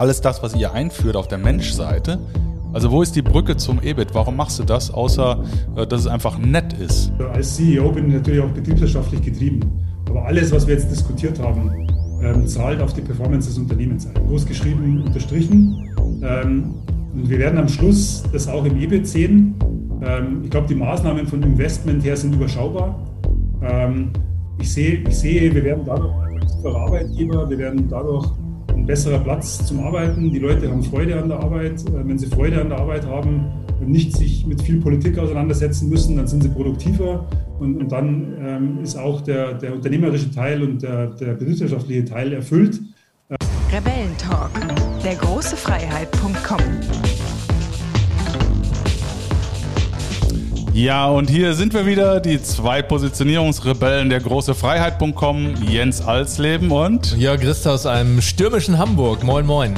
alles das, was ihr einführt auf der Menschseite. Also wo ist die Brücke zum EBIT? Warum machst du das, außer dass es einfach nett ist? Als CEO bin ich natürlich auch betriebswirtschaftlich getrieben. Aber alles, was wir jetzt diskutiert haben, zahlt auf die Performance des Unternehmens ein. Groß geschrieben, unterstrichen. Und wir werden am Schluss das auch im EBIT sehen. Ich glaube, die Maßnahmen von Investment her sind überschaubar. Ich sehe, wir werden dadurch ein attraktiver Arbeitgeber, wir werden dadurch ein besserer Platz zum Arbeiten. Die Leute haben Freude an der Arbeit. Wenn sie Freude an der Arbeit haben und nicht sich mit viel Politik auseinandersetzen müssen, dann sind sie produktiver und dann ist auch der unternehmerische Teil und der betriebswirtschaftliche Teil erfüllt. Rebellentalk, der große Freiheit.com. Ja, und hier sind wir wieder, die zwei Positionierungsrebellen der große Freiheit.com, Jens Alsleben und Jörg Christa aus einem stürmischen Hamburg. Moin, moin.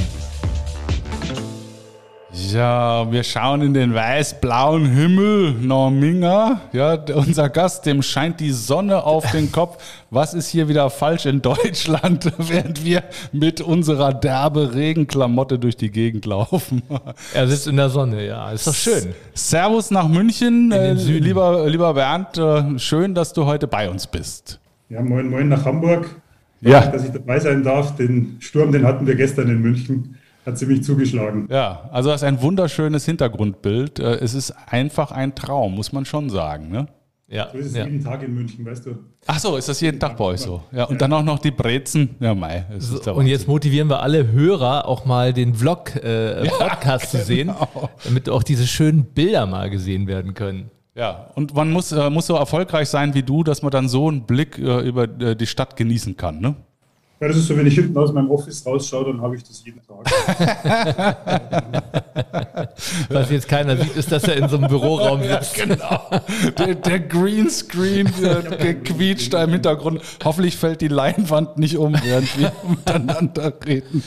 Ja, wir schauen in den weiß-blauen Himmel nach Minga. Ja, unser Gast, dem scheint die Sonne auf den Kopf. Was ist hier wieder falsch in Deutschland, während wir mit unserer derbe Regenklamotte durch die Gegend laufen? Er sitzt in der Sonne, ja. Ist doch schön. Servus nach München, lieber Bernd. Schön, dass du heute bei uns bist. Ja, moin, moin nach Hamburg. Ja. Dass ich dabei sein darf. Den Sturm, den hatten wir gestern in München. Hat ziemlich zugeschlagen. Ja, also das ist ein wunderschönes Hintergrundbild. Es ist einfach ein Traum, muss man schon sagen, ne? Ja. So ist es jeden Tag in München, weißt du. Ach so, ist das jeden Tag bei euch so? Ja, und dann auch noch die Brezen. Ja, mei. Und jetzt motivieren wir alle Hörer, auch mal den Vlog-Podcast zu sehen, damit auch diese schönen Bilder mal gesehen werden können. Ja, und man muss so erfolgreich sein wie du, dass man dann so einen Blick über die Stadt genießen kann, ne? Ja, das ist so, wenn ich hinten aus meinem Office rausschaue, dann habe ich das jeden Tag. Was jetzt keiner sieht, ist, dass er in so einem Büroraum sitzt. Ja, genau. Der Greenscreen quietscht da im Hintergrund. Hoffentlich fällt die Leinwand nicht um, während wir miteinander reden.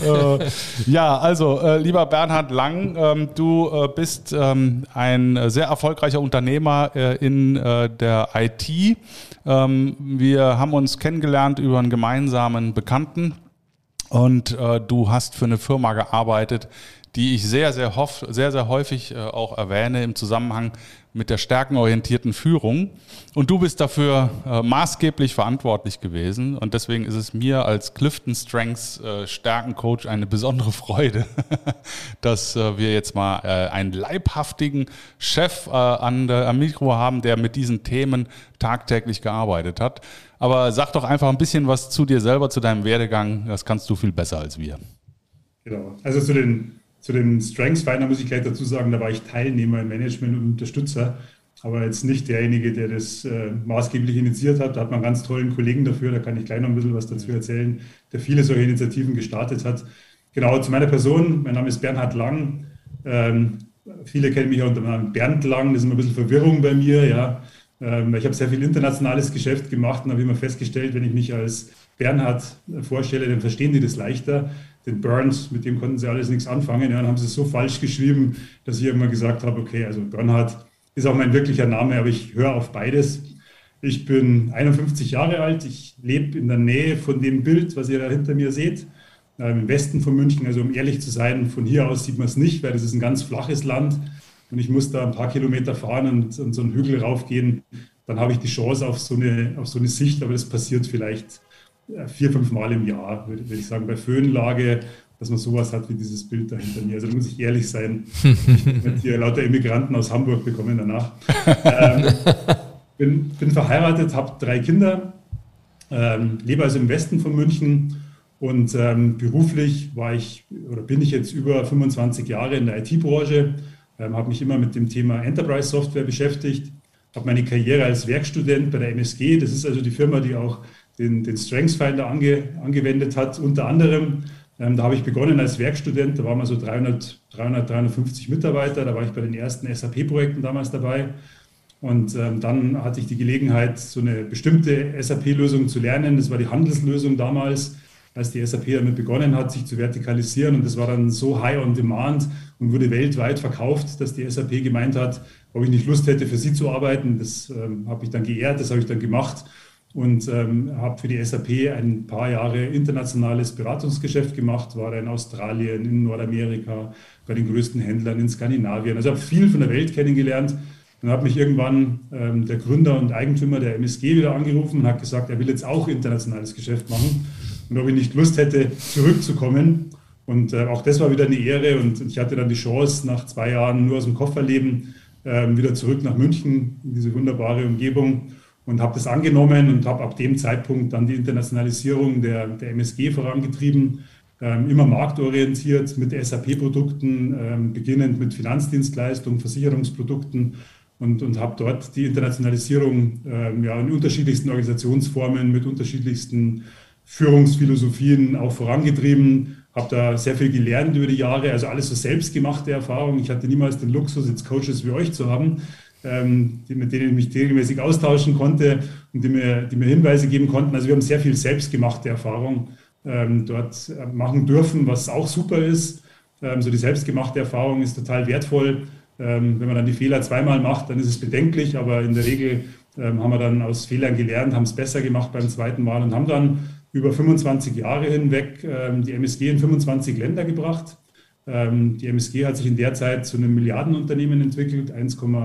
Ja, also, lieber Bernhard Lang, du bist ein sehr erfolgreicher Unternehmer in der IT. Wir haben uns kennengelernt über einen gemeinsamen Bekannten und du hast für eine Firma gearbeitet, die ich sehr, sehr häufig auch erwähne im Zusammenhang mit der stärkenorientierten Führung. Und du bist dafür maßgeblich verantwortlich gewesen. Und deswegen ist es mir als Clifton Strengths Stärkencoach eine besondere Freude, dass wir jetzt mal einen leibhaftigen Chef am Mikro haben, der mit diesen Themen tagtäglich gearbeitet hat. Aber sag doch einfach ein bisschen was zu dir selber, zu deinem Werdegang. Das kannst du viel besser als wir. Genau. Also zu den Strengths Finder muss ich gleich dazu sagen, da war ich Teilnehmer im Management und Unterstützer, aber jetzt nicht derjenige, der das maßgeblich initiiert hat. Da hat man einen ganz tollen Kollegen dafür, da kann ich gleich noch ein bisschen was dazu erzählen, der viele solche Initiativen gestartet hat. Genau, zu meiner Person, mein Name ist Bernhard Lang. Viele kennen mich auch unter dem Namen Bernd Lang, das ist immer ein bisschen Verwirrung bei mir. Ja. Ich habe sehr viel internationales Geschäft gemacht und habe immer festgestellt, wenn ich mich als Bernhard vorstelle, dann verstehen die das leichter. Den Burns, mit dem konnten sie alles nichts anfangen. Ja, dann haben sie es so falsch geschrieben, dass ich irgendwann gesagt habe, okay, also Bernhard ist auch mein wirklicher Name, aber ich höre auf beides. Ich bin 51 Jahre alt, ich lebe in der Nähe von dem Bild, was ihr da hinter mir seht, im Westen von München. Also um ehrlich zu sein, von hier aus sieht man es nicht, weil das ist ein ganz flaches Land und ich muss da ein paar Kilometer fahren und so einen Hügel raufgehen. Dann habe ich die Chance auf so eine Sicht, aber das passiert vielleicht 4-5 Mal im Jahr, würde ich sagen, bei Föhnlage, dass man sowas hat wie dieses Bild da hinter mir. Also da muss ich ehrlich sein, ich habe hier lauter Immigranten aus Hamburg bekommen danach. Bin verheiratet, habe 3 Kinder, lebe also im Westen von München und beruflich bin ich jetzt über 25 Jahre in der IT-Branche, habe mich immer mit dem Thema Enterprise-Software beschäftigt, habe meine Karriere als Werkstudent bei der MSG, das ist also die Firma, die auch den Strengths Finder angewendet hat, unter anderem. Da habe ich begonnen als Werkstudent, da waren wir so 350 Mitarbeiter, da war ich bei den ersten SAP-Projekten damals dabei. Und dann hatte ich die Gelegenheit, so eine bestimmte SAP-Lösung zu lernen. Das war die Handelslösung damals, als die SAP damit begonnen hat, sich zu vertikalisieren. Und das war dann so high on demand und wurde weltweit verkauft, dass die SAP gemeint hat, ob ich nicht Lust hätte, für sie zu arbeiten. Das habe ich dann geehrt, das habe ich dann gemacht. und habe für die SAP ein paar Jahre internationales Beratungsgeschäft gemacht, war in Australien, in Nordamerika, bei den größten Händlern in Skandinavien. Also habe viel von der Welt kennengelernt und habe mich irgendwann der Gründer und Eigentümer der MSG wieder angerufen und hat gesagt, er will jetzt auch internationales Geschäft machen und ob ich nicht Lust hätte, zurückzukommen. Und auch das war wieder eine Ehre und ich hatte dann die Chance, nach 2 Jahren nur aus dem Kofferleben wieder zurück nach München, in diese wunderbare Umgebung und habe das angenommen und habe ab dem Zeitpunkt dann die Internationalisierung der MSG vorangetrieben, immer marktorientiert mit SAP-Produkten, beginnend mit Finanzdienstleistungen, Versicherungsprodukten und habe dort die Internationalisierung in unterschiedlichsten Organisationsformen mit unterschiedlichsten Führungsphilosophien auch vorangetrieben. Habe da sehr viel gelernt über die Jahre, also alles so selbstgemachte Erfahrung. Ich hatte niemals den Luxus, jetzt Coaches wie euch zu haben, mit denen ich mich regelmäßig austauschen konnte und die mir Hinweise geben konnten. Also wir haben sehr viel selbstgemachte Erfahrung dort machen dürfen, was auch super ist. So die selbstgemachte Erfahrung ist total wertvoll. Wenn man dann die Fehler 2-mal macht, dann ist es bedenklich, aber in der Regel haben wir dann aus Fehlern gelernt, haben es besser gemacht beim 2. Mal und haben dann über 25 Jahre hinweg die MSG in 25 Länder gebracht. Die MSG hat sich in der Zeit zu einem Milliardenunternehmen entwickelt,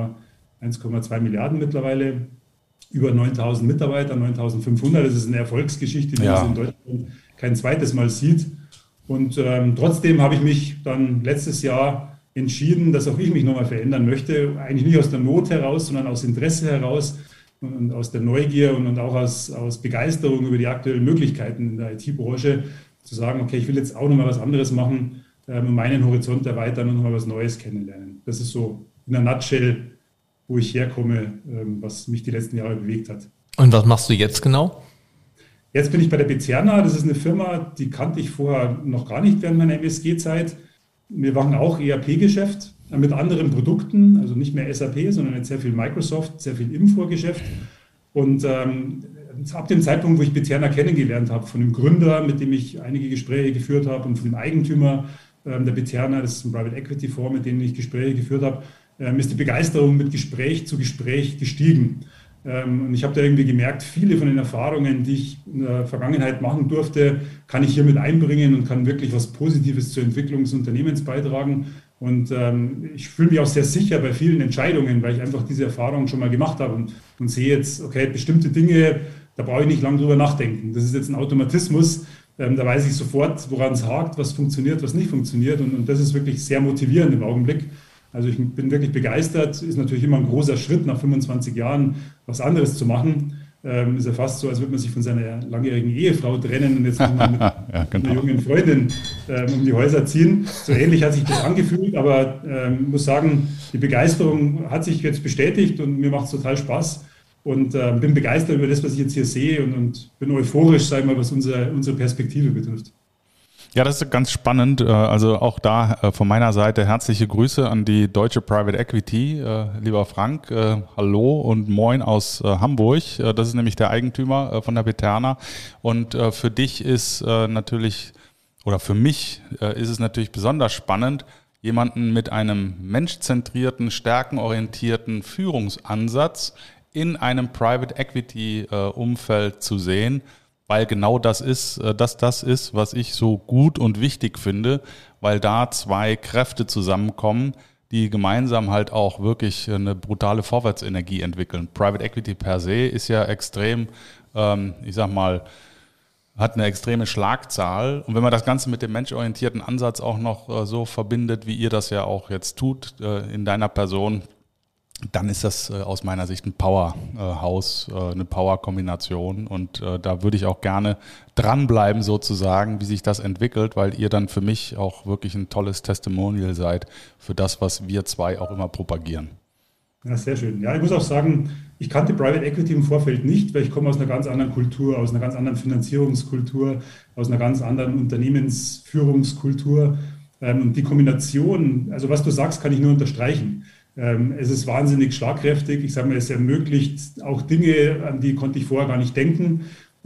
1,2 Milliarden mittlerweile, über 9.000 Mitarbeiter, 9.500. Das ist eine Erfolgsgeschichte, die man in Deutschland kein zweites Mal sieht. Und trotzdem habe ich mich dann letztes Jahr entschieden, dass auch ich mich nochmal verändern möchte. Eigentlich nicht aus der Not heraus, sondern aus Interesse heraus und aus der Neugier und auch aus Begeisterung über die aktuellen Möglichkeiten in der IT-Branche, zu sagen, okay, ich will jetzt auch nochmal was anderes machen und meinen Horizont erweitern und nochmal was Neues kennenlernen. Das ist so in der Nutshell, wo ich herkomme, was mich die letzten Jahre bewegt hat. Und was machst du jetzt genau? Jetzt bin ich bei der Bezerna. Das ist eine Firma, die kannte ich vorher noch gar nicht während meiner MSG-Zeit. Wir machen auch ERP-Geschäft mit anderen Produkten, also nicht mehr SAP, sondern jetzt sehr viel Microsoft, sehr viel Infor-Geschäft. Und ab dem Zeitpunkt, wo ich Bezerna kennengelernt habe, von dem Gründer, mit dem ich einige Gespräche geführt habe und von dem Eigentümer der Bezerna, das ist ein Private Equity Fonds, mit dem ich Gespräche geführt habe, ist die Begeisterung mit Gespräch zu Gespräch gestiegen. Und ich habe da irgendwie gemerkt, viele von den Erfahrungen, die ich in der Vergangenheit machen durfte, kann ich hier mit einbringen und kann wirklich was Positives zur Entwicklung des Unternehmens beitragen. Und ich fühle mich auch sehr sicher bei vielen Entscheidungen, weil ich einfach diese Erfahrung schon mal gemacht habe und sehe jetzt, okay, bestimmte Dinge, da brauche ich nicht lange drüber nachdenken. Das ist jetzt ein Automatismus, da weiß ich sofort, woran es hakt, was funktioniert, was nicht funktioniert. Und das ist wirklich sehr motivierend im Augenblick. Also ich bin wirklich begeistert. Ist natürlich immer ein großer Schritt, nach 25 Jahren was anderes zu machen. Ist ja fast so, als würde man sich von seiner langjährigen Ehefrau trennen und jetzt mal mit einer jungen Freundin um die Häuser ziehen. So ähnlich hat sich das angefühlt, aber ich muss sagen, die Begeisterung hat sich jetzt bestätigt und mir macht es total Spaß. Und bin begeistert über das, was ich jetzt hier sehe und bin euphorisch, sag ich mal, was unsere Perspektive betrifft. Ja, das ist ganz spannend. Also auch da von meiner Seite herzliche Grüße an die Deutsche Private Equity. Lieber Frank, hallo und moin aus Hamburg. Das ist nämlich der Eigentümer von der Bezerna. Und für dich ist natürlich, oder für mich ist es natürlich besonders spannend, jemanden mit einem menschzentrierten, stärkenorientierten Führungsansatz in einem Private Equity Umfeld zu sehen. Weil genau das ist, was ich so gut und wichtig finde, weil da 2 Kräfte zusammenkommen, die gemeinsam halt auch wirklich eine brutale Vorwärtsenergie entwickeln. Private Equity per se ist ja extrem, ich sag mal, hat eine extreme Schlagzahl. Und wenn man das Ganze mit dem menschorientierten Ansatz auch noch so verbindet, wie ihr das ja auch jetzt tut in deiner Person, dann ist das aus meiner Sicht ein Powerhouse, eine Power-Kombination und da würde ich auch gerne dranbleiben sozusagen, wie sich das entwickelt, weil ihr dann für mich auch wirklich ein tolles Testimonial seid für das, was wir 2 auch immer propagieren. Ja, sehr schön. Ja, ich muss auch sagen, ich kannte Private Equity im Vorfeld nicht, weil ich komme aus einer ganz anderen Kultur, aus einer ganz anderen Finanzierungskultur, aus einer ganz anderen Unternehmensführungskultur und die Kombination, also was du sagst, kann ich nur unterstreichen. Es ist wahnsinnig schlagkräftig. Ich sage mal, es ermöglicht auch Dinge, an die konnte ich vorher gar nicht denken.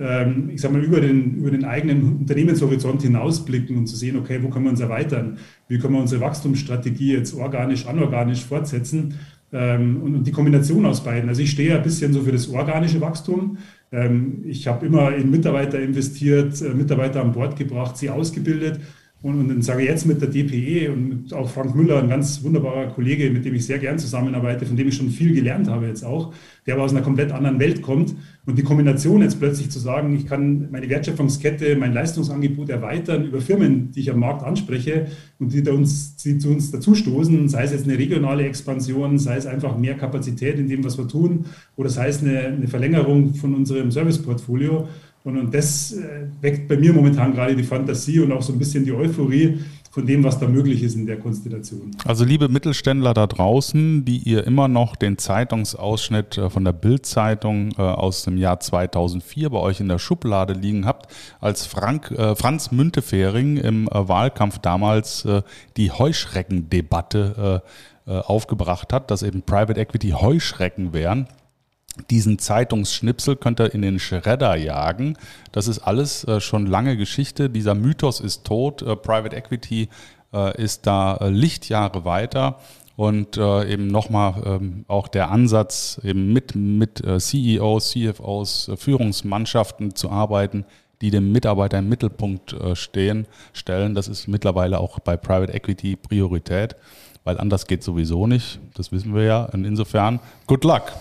Ich sage mal, über den eigenen Unternehmenshorizont hinausblicken und zu sehen, okay, wo können wir uns erweitern? Wie können wir unsere Wachstumsstrategie jetzt organisch, anorganisch fortsetzen? Und die Kombination aus beiden. Also ich stehe ein bisschen so für das organische Wachstum. Ich habe immer in Mitarbeiter investiert, Mitarbeiter an Bord gebracht, sie ausgebildet. Und dann sage ich jetzt mit der DPE und mit auch Frank Müller, ein ganz wunderbarer Kollege, mit dem ich sehr gern zusammenarbeite, von dem ich schon viel gelernt habe jetzt auch, der aber aus einer komplett anderen Welt kommt. Und die Kombination jetzt plötzlich zu sagen, ich kann meine Wertschöpfungskette, mein Leistungsangebot erweitern über Firmen, die ich am Markt anspreche und die zu uns dazustoßen, sei es jetzt eine regionale Expansion, sei es einfach mehr Kapazität in dem, was wir tun, oder sei es eine Verlängerung von unserem Serviceportfolio. Und das weckt bei mir momentan gerade die Fantasie und auch so ein bisschen die Euphorie von dem, was da möglich ist in der Konstellation. Also liebe Mittelständler da draußen, die ihr immer noch den Zeitungsausschnitt von der Bild-Zeitung aus dem Jahr 2004 bei euch in der Schublade liegen habt, als Franz Müntefering im Wahlkampf damals die Heuschreckendebatte aufgebracht hat, dass eben Private Equity Heuschrecken wären. Diesen Zeitungsschnipsel könnt ihr in den Schredder jagen. Das ist alles schon lange Geschichte. Dieser Mythos ist tot. Private Equity ist da Lichtjahre weiter. Und eben nochmal auch der Ansatz, eben mit CEOs, CFOs, Führungsmannschaften zu arbeiten, die dem Mitarbeiter im Mittelpunkt stellen. Das ist mittlerweile auch bei Private Equity Priorität, weil anders geht sowieso nicht. Das wissen wir ja. Und insofern, good luck.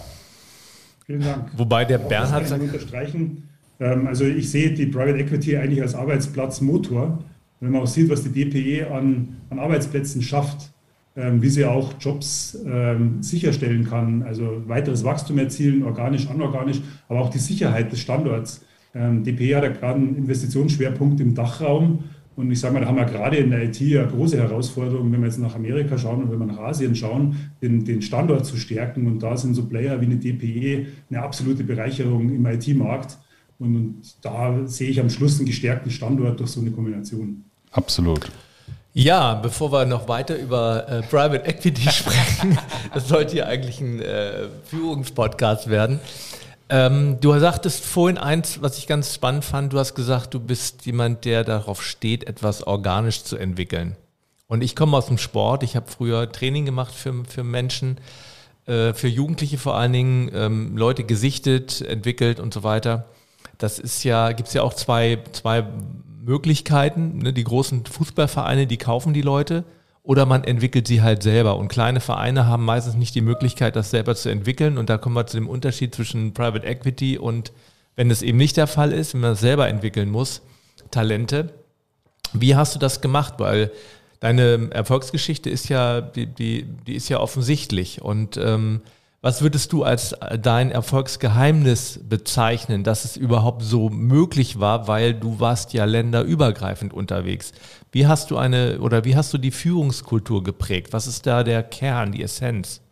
Vielen Dank. Wobei der Bernhard sagt, unterstreichen. Also ich sehe die Private Equity eigentlich als Arbeitsplatzmotor. Wenn man auch sieht, was die DPE an Arbeitsplätzen schafft, wie sie auch Jobs sicherstellen kann, also weiteres Wachstum erzielen, organisch, anorganisch, aber auch die Sicherheit des Standorts. DPE hat ja gerade einen Investitionsschwerpunkt im Dachraum. Und ich sage mal, da haben wir gerade in der IT eine große Herausforderung, wenn wir jetzt nach Amerika schauen und wenn wir nach Asien schauen, den Standort zu stärken. Und da sind so Player wie eine DPE eine absolute Bereicherung im IT-Markt. Und da sehe ich am Schluss einen gestärkten Standort durch so eine Kombination. Absolut. Ja, bevor wir noch weiter über Private Equity sprechen, das sollte ja eigentlich ein Führungspodcast werden. Du sagtest vorhin eins, was ich ganz spannend fand. Du hast gesagt, du bist jemand, der darauf steht, etwas organisch zu entwickeln. Und ich komme aus dem Sport. Ich habe früher Training gemacht für Menschen, für Jugendliche vor allen Dingen, Leute gesichtet, entwickelt und so weiter. Das ist ja, gibt es ja auch zwei Möglichkeiten. Ne? Die großen Fußballvereine, die kaufen die Leute. Oder man entwickelt sie halt selber. Und kleine Vereine haben meistens nicht die Möglichkeit, das selber zu entwickeln. Und da kommen wir zu dem Unterschied zwischen Private Equity und, wenn es eben nicht der Fall ist, wenn man das selber entwickeln muss, Talente. Wie hast du das gemacht? Weil deine Erfolgsgeschichte ist ja, die ist ja offensichtlich. Und was würdest du als dein Erfolgsgeheimnis bezeichnen, dass es überhaupt so möglich war, weil du warst ja länderübergreifend unterwegs? Wie hast du die Führungskultur geprägt? Was ist da der Kern, die Essenz?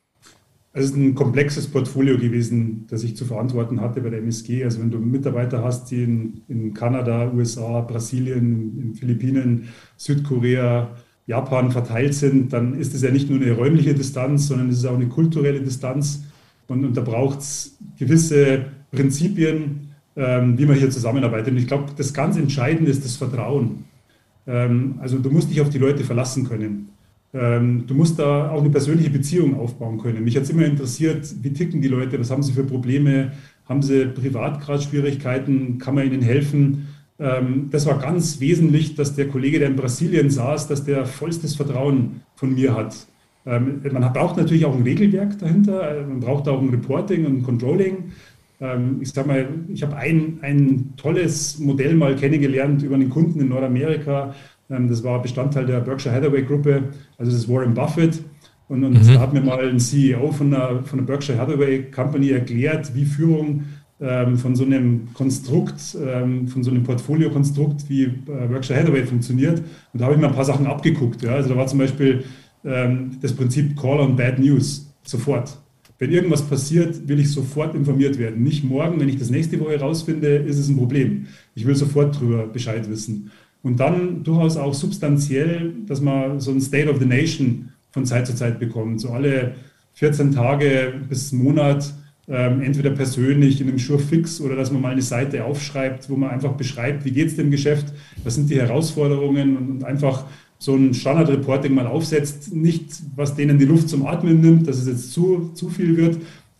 Es ist ein komplexes Portfolio gewesen, das ich zu verantworten hatte bei der MSG. Also wenn du Mitarbeiter hast, die in Kanada, USA, Brasilien, in Philippinen, Südkorea, Japan verteilt sind, dann ist es ja nicht nur eine räumliche Distanz, sondern es ist auch eine kulturelle Distanz. Und da braucht es gewisse Prinzipien, wie man hier zusammenarbeitet. Und ich glaube, das ganz Entscheidende ist das Vertrauen. Also du musst dich auf die Leute verlassen können. Du musst da auch eine persönliche Beziehung aufbauen können. Mich hat es immer interessiert, wie ticken die Leute, was haben sie für Probleme, haben sie privat gerade Schwierigkeiten, kann man ihnen helfen? Das war ganz wesentlich, dass der Kollege, der in Brasilien saß, dass der vollstes Vertrauen von mir hat. Man braucht natürlich auch ein Regelwerk dahinter, man braucht auch ein Reporting und ein Controlling. Ich sage mal, ich habe ein tolles Modell mal kennengelernt über einen Kunden in Nordamerika. Das war Bestandteil der Berkshire Hathaway Gruppe, also das ist Warren Buffett. Und da hat mir mal ein CEO von der Berkshire Hathaway Company erklärt, wie Führung von so einem Konstrukt, von so einem Portfoliokonstrukt wie Berkshire Hathaway funktioniert. Und da habe ich mir ein paar Sachen abgeguckt. Ja. Also da war zum Beispiel das Prinzip Call on Bad News, sofort. Wenn irgendwas passiert, will ich sofort informiert werden. Nicht morgen, wenn ich das nächste Woche rausfinde, ist es ein Problem. Ich will sofort drüber Bescheid wissen. Und dann durchaus auch substanziell, dass man so ein State of the Nation von Zeit zu Zeit bekommt. So alle 14 Tage bis Monat, entweder persönlich in einem Surefix oder dass man mal eine Seite aufschreibt, wo man einfach beschreibt, wie geht es dem Geschäft, was sind die Herausforderungen und einfach so ein Standard-Reporting mal aufsetzt. Nicht, was denen die Luft zum Atmen nimmt, dass es jetzt zu viel wird,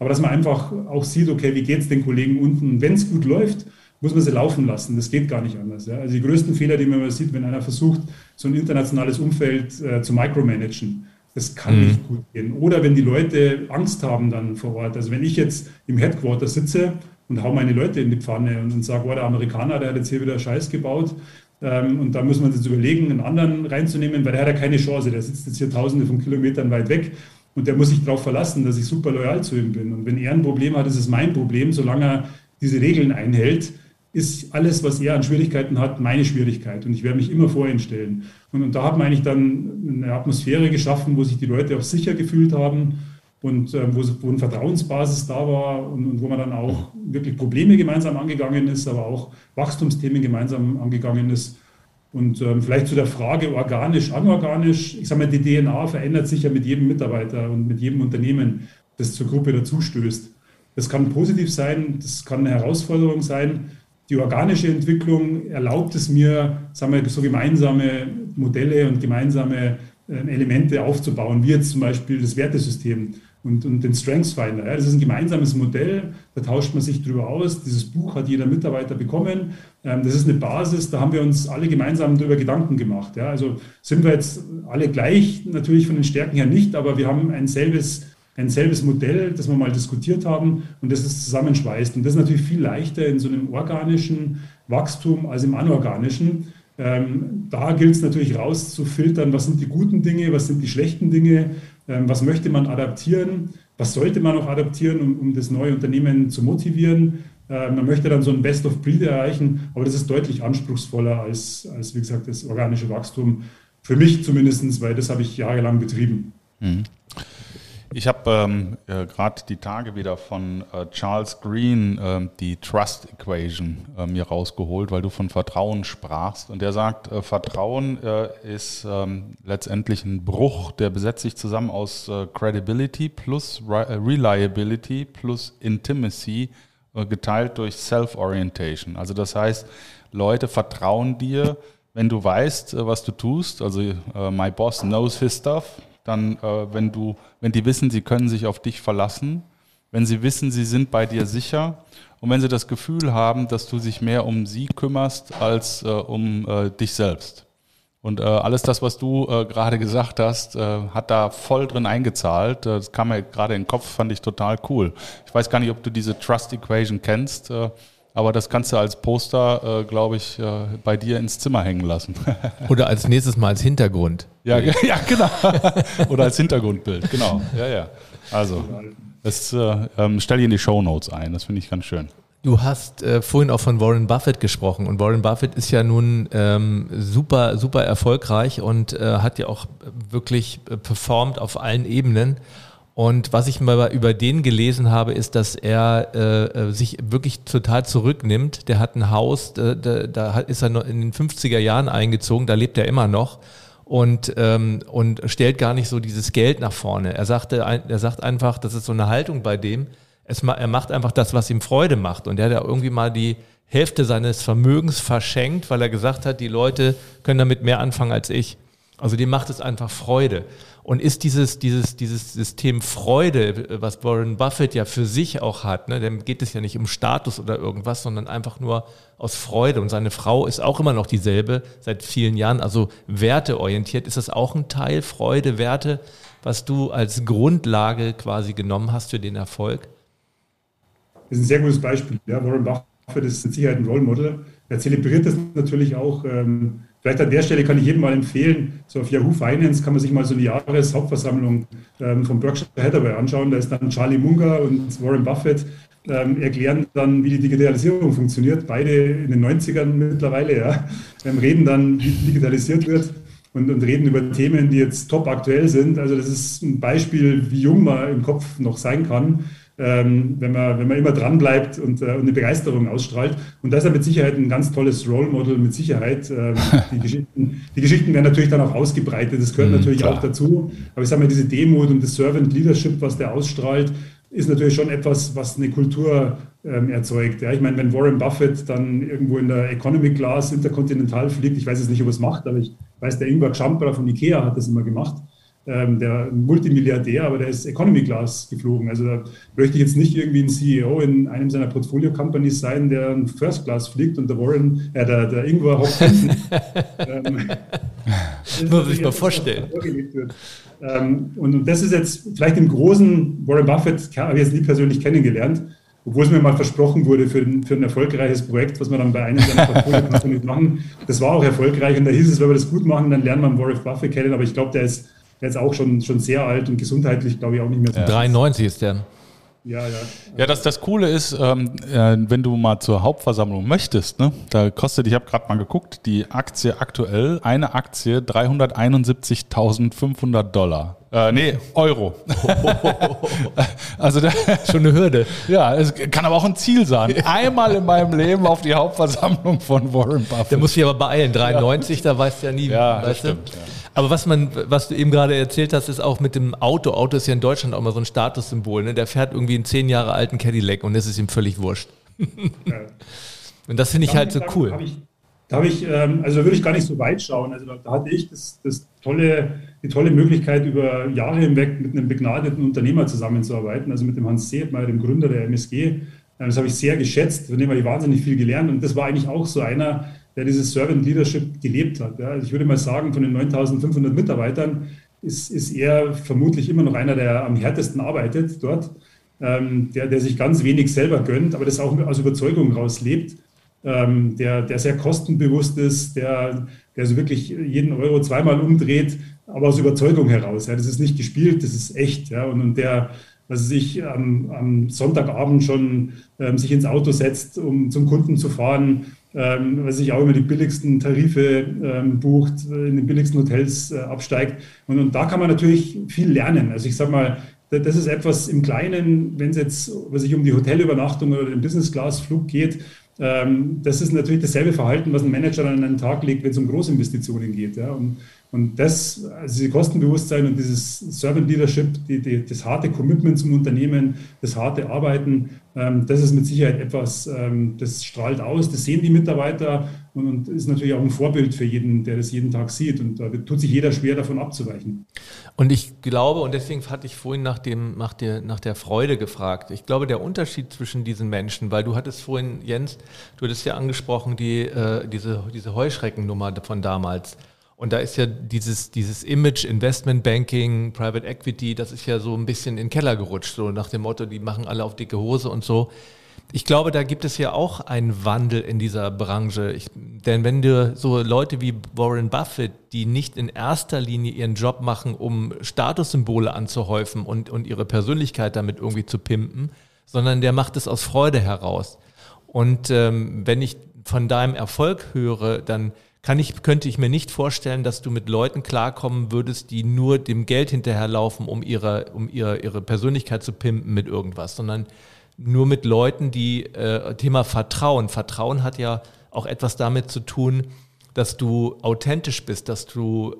aber dass man einfach auch sieht, okay, wie geht es den Kollegen unten? Wenn es gut läuft, muss man sie laufen lassen. Das geht gar nicht anders. Ja. Also die größten Fehler, die man immer sieht, wenn einer versucht, so ein internationales Umfeld zu micromanagen, das kann nicht gut gehen. Oder wenn die Leute Angst haben dann vor Ort. Also wenn ich jetzt im Headquarter sitze und hau meine Leute in die Pfanne und sage, oh, der Amerikaner, der hat jetzt hier wieder Scheiß gebaut, und da muss man sich überlegen, einen anderen reinzunehmen, weil der hat ja keine Chance. Der sitzt jetzt hier tausende von Kilometern weit weg und der muss sich darauf verlassen, dass ich super loyal zu ihm bin. Und wenn er ein Problem hat, ist es mein Problem. Solange er diese Regeln einhält, ist alles, was er an Schwierigkeiten hat, meine Schwierigkeit. Und ich werde mich immer vor ihn stellen. Und da hat man eigentlich dann eine Atmosphäre geschaffen, wo sich die Leute auch sicher gefühlt haben und wo eine Vertrauensbasis da war und wo man dann auch wirklich Probleme gemeinsam angegangen ist, aber auch Wachstumsthemen gemeinsam angegangen ist. Und vielleicht zu der Frage organisch, anorganisch, ich sage mal, die DNA verändert sich ja mit jedem Mitarbeiter und mit jedem Unternehmen, das zur Gruppe dazustößt. Das kann positiv sein, das kann eine Herausforderung sein. Die organische Entwicklung erlaubt es mir, sagen wir, so gemeinsame Modelle und gemeinsame Elemente aufzubauen, wie jetzt zum Beispiel das Wertesystem und den Strengths Finder. Ja, das ist ein gemeinsames Modell, da tauscht man sich drüber aus. Dieses Buch hat jeder Mitarbeiter bekommen. Das ist eine Basis, da haben wir uns alle gemeinsam darüber Gedanken gemacht. Ja, also sind wir jetzt alle gleich, natürlich von den Stärken her nicht, aber wir haben ein selbes Modell, das wir mal diskutiert haben und das ist zusammenschweißt. Und das ist natürlich viel leichter in so einem organischen Wachstum als im anorganischen. Da gilt es natürlich rauszufiltern, was sind die guten Dinge, was sind die schlechten Dinge, was möchte man adaptieren, was sollte man auch adaptieren, um das neue Unternehmen zu motivieren. Man möchte dann so ein Best of Breed erreichen, aber das ist deutlich anspruchsvoller als wie gesagt, das organische Wachstum. Für mich zumindest, weil das habe ich jahrelang betrieben. Mhm. Ich habe gerade die Tage wieder von Charles Green die Trust Equation mir rausgeholt, weil du von Vertrauen sprachst. Und der sagt, Vertrauen ist letztendlich ein Bruch, der besetzt sich zusammen aus Credibility plus Reliability plus Intimacy geteilt durch Self-Orientation. Also das heißt, Leute vertrauen dir, wenn du weißt, was du tust. Also my boss knows his stuff. Dann, wenn die wissen, sie können sich auf dich verlassen, wenn sie wissen, sie sind bei dir sicher und wenn sie das Gefühl haben, dass du dich mehr um sie kümmerst als um dich selbst. Und alles das, was du gerade gesagt hast, hat da voll drin eingezahlt. Das kam mir gerade in den Kopf, fand ich total cool. Ich weiß gar nicht, ob du diese Trust Equation kennst, aber das kannst du als Poster, glaube ich, bei dir ins Zimmer hängen lassen. Oder als nächstes Mal als Hintergrund. Ja, genau. Oder als Hintergrundbild, genau. Ja. Also, das stell ich in die Shownotes ein, das finde ich ganz schön. Du hast vorhin auch von Warren Buffett gesprochen und Warren Buffett ist ja nun super, super erfolgreich und hat ja auch wirklich performt auf allen Ebenen. Und was ich mal über den gelesen habe, ist, dass er sich wirklich total zurücknimmt. Der hat ein Haus, da ist er noch in den 50er Jahren eingezogen, da lebt er immer noch und stellt gar nicht so dieses Geld nach vorne. Er sagt einfach, das ist so eine Haltung bei dem, er macht einfach das, was ihm Freude macht. Und er hat ja irgendwie mal die Hälfte seines Vermögens verschenkt, weil er gesagt hat, die Leute können damit mehr anfangen als ich. Also dem macht es einfach Freude. Und ist dieses System Freude, was Warren Buffett ja für sich auch hat, ne, dem geht es ja nicht um Status oder irgendwas, sondern einfach nur aus Freude. Und seine Frau ist auch immer noch dieselbe seit vielen Jahren, also werteorientiert. Ist das auch ein Teil, Freude, Werte, was du als Grundlage quasi genommen hast für den Erfolg? Das ist ein sehr gutes Beispiel. Ja, Warren Buffett ist mit Sicherheit ein Role Model. Er zelebriert das natürlich auch. Vielleicht an der Stelle kann ich jedem mal empfehlen, so auf Yahoo Finance kann man sich mal so eine Jahreshauptversammlung von Berkshire Hathaway anschauen. Da ist dann Charlie Munger und Warren Buffett erklären dann, wie die Digitalisierung funktioniert. Beide in den 90ern mittlerweile, ja. Reden dann, wie digitalisiert wird und reden über Themen, die jetzt top aktuell sind. Also das ist ein Beispiel, wie jung man im Kopf noch sein kann. Wenn man immer dran bleibt und eine Begeisterung ausstrahlt. Und da ist er mit Sicherheit ein ganz tolles Role Model, mit Sicherheit. Die Geschichten werden natürlich dann auch ausgebreitet, das gehört natürlich auch dazu. Aber ich sage mal, diese Demut und das Servant Leadership, was der ausstrahlt, ist natürlich schon etwas, was eine Kultur erzeugt. Ja, ich meine, wenn Warren Buffett dann irgendwo in der Economy Class interkontinental fliegt, ich weiß jetzt nicht, ob er es macht, aber ich weiß, der Ingvar Kamprad von Ikea hat das immer gemacht. der Multimilliardär, aber der ist Economy Class geflogen. Also da möchte ich jetzt nicht irgendwie ein CEO in einem seiner Portfolio-Companies sein, der ein First Class fliegt und der Ingvar hockt hinten. Muss ich mal vorstellen. Und das ist jetzt vielleicht im Großen, Warren Buffett habe ich jetzt nie persönlich kennengelernt, obwohl es mir mal versprochen wurde für ein erfolgreiches Projekt, was wir dann bei einem seiner Portfolio-Companies machen. Das war auch erfolgreich und da hieß es, wenn wir das gut machen, dann lernen wir Warren Buffett kennen, aber ich glaube, der ist jetzt auch schon sehr alt und gesundheitlich, glaube ich, auch nicht mehr so. 93 ist der. Ja, das Coole ist, wenn du mal zur Hauptversammlung möchtest, ne, da kostet, ich habe gerade mal geguckt, die Aktie aktuell, eine Aktie $371.500. Euro. Also schon eine Hürde. Ja, es kann aber auch ein Ziel sein. Einmal in meinem Leben auf die Hauptversammlung von Warren Buffett. Da muss ich aber beeilen. 93, da weißt du ja nie. Ja, weißt das stimmt. Ja. Aber was du eben gerade erzählt hast, ist auch mit dem Auto. Auto ist ja in Deutschland auch mal so ein Statussymbol. Ne? Der fährt irgendwie einen 10 Jahre alten Cadillac und das ist ihm völlig wurscht. Ja. Und das finde ich halt so cool. Also da würde ich gar nicht so weit schauen. Also da hatte ich die tolle Möglichkeit, über Jahre hinweg mit einem begnadeten Unternehmer zusammenzuarbeiten, also mit dem Hans Seebmeier, dem Gründer der MSG. Das habe ich sehr geschätzt, von dem habe ich wahnsinnig viel gelernt und das war eigentlich auch so einer, der dieses Servant Leadership gelebt hat. Ja. Also ich würde mal sagen, von den 9.500 Mitarbeitern ist er vermutlich immer noch einer, der am härtesten arbeitet dort, der sich ganz wenig selber gönnt, aber das auch aus Überzeugung raus lebt. Der sehr kostenbewusst ist, der so wirklich jeden Euro zweimal umdreht, aber aus Überzeugung heraus. Ja. Das ist nicht gespielt, das ist echt. Ja. Und der, was sich am Sonntagabend schon sich ins Auto setzt, um zum Kunden zu fahren, was sich auch immer die billigsten Tarife bucht, in den billigsten Hotels absteigt. Und da kann man natürlich viel lernen. Also ich sage mal, das ist etwas im Kleinen, wenn es jetzt um die Hotelübernachtung oder den Business-Class-Flug geht. Das ist natürlich dasselbe Verhalten, was ein Manager an einen Tag legt, wenn es um Großinvestitionen geht. Ja. Und das, also dieses Kostenbewusstsein und dieses Servant Leadership, das harte Commitment zum Unternehmen, das harte Arbeiten, das ist mit Sicherheit etwas, das strahlt aus, das sehen die Mitarbeiter und ist natürlich auch ein Vorbild für jeden, der das jeden Tag sieht. Und da tut sich jeder schwer, davon abzuweichen. Und ich glaube, und deswegen hatte ich vorhin nach der Freude gefragt, ich glaube, der Unterschied zwischen diesen Menschen, weil du hattest vorhin, Jens, du hattest ja angesprochen, diese Heuschreckennummer von damals. Und da ist ja dieses Image, Investment Banking, Private Equity, das ist ja so ein bisschen in den Keller gerutscht, so nach dem Motto, die machen alle auf dicke Hose und so. Ich glaube, da gibt es ja auch einen Wandel in dieser Branche. Denn wenn du so Leute wie Warren Buffett, die nicht in erster Linie ihren Job machen, um Statussymbole anzuhäufen und ihre Persönlichkeit damit irgendwie zu pimpen, sondern der macht es aus Freude heraus. Und wenn ich von deinem Erfolg höre, dann könnte ich mir nicht vorstellen, dass du mit Leuten klarkommen würdest, die nur dem Geld hinterherlaufen, um ihre Persönlichkeit zu pimpen mit irgendwas, sondern nur mit Leuten, die Thema Vertrauen. Vertrauen hat ja auch etwas damit zu tun, dass du authentisch bist, dass du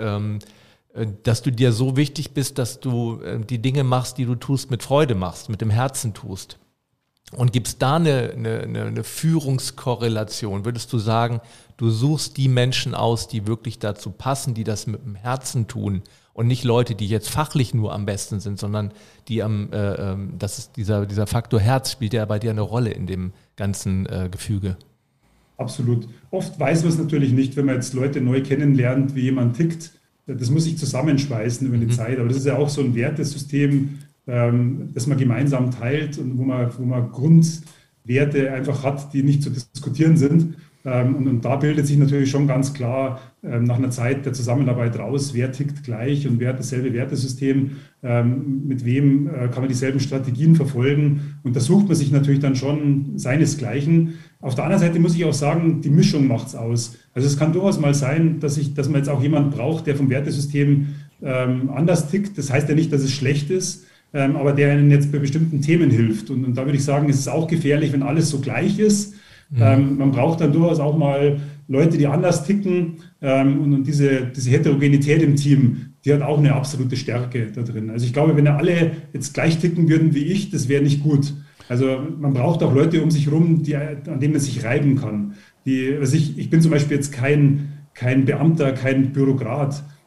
dir so wichtig bist, dass du die Dinge machst, die du tust, mit Freude machst, mit dem Herzen tust. Und gibt es da eine Führungskorrelation? Würdest du sagen, du suchst die Menschen aus, die wirklich dazu passen, die das mit dem Herzen tun und nicht Leute, die jetzt fachlich nur am besten sind, sondern die das ist dieser Faktor Herz spielt ja bei dir eine Rolle in dem ganzen Gefüge. Absolut. Oft weiß man es natürlich nicht, wenn man jetzt Leute neu kennenlernt, wie jemand tickt. Das muss sich zusammenschweißen über die Zeit. Aber das ist ja auch so ein Wertesystem, das man gemeinsam teilt und wo man Grundwerte einfach hat, die nicht zu diskutieren sind. Und da bildet sich natürlich schon ganz klar nach einer Zeit der Zusammenarbeit raus, wer tickt gleich und wer hat dasselbe Wertesystem, mit wem kann man dieselben Strategien verfolgen. Und da sucht man sich natürlich dann schon seinesgleichen. Auf der anderen Seite muss ich auch sagen, die Mischung macht es aus. Also es kann durchaus mal sein, dass man jetzt auch jemanden braucht, der vom Wertesystem anders tickt. Das heißt ja nicht, dass es schlecht ist, aber der Ihnen jetzt bei bestimmten Themen hilft. Und da würde ich sagen, es ist auch gefährlich, wenn alles so gleich ist. Man braucht dann durchaus auch mal Leute, die anders ticken. Und diese Heterogenität im Team, die hat auch eine absolute Stärke da drin. Also ich glaube, wenn alle jetzt gleich ticken würden wie ich, das wäre nicht gut. Also man braucht auch Leute um sich herum, an denen man sich reiben kann. Ich bin zum Beispiel jetzt kein Beamter, kein Bürokrat.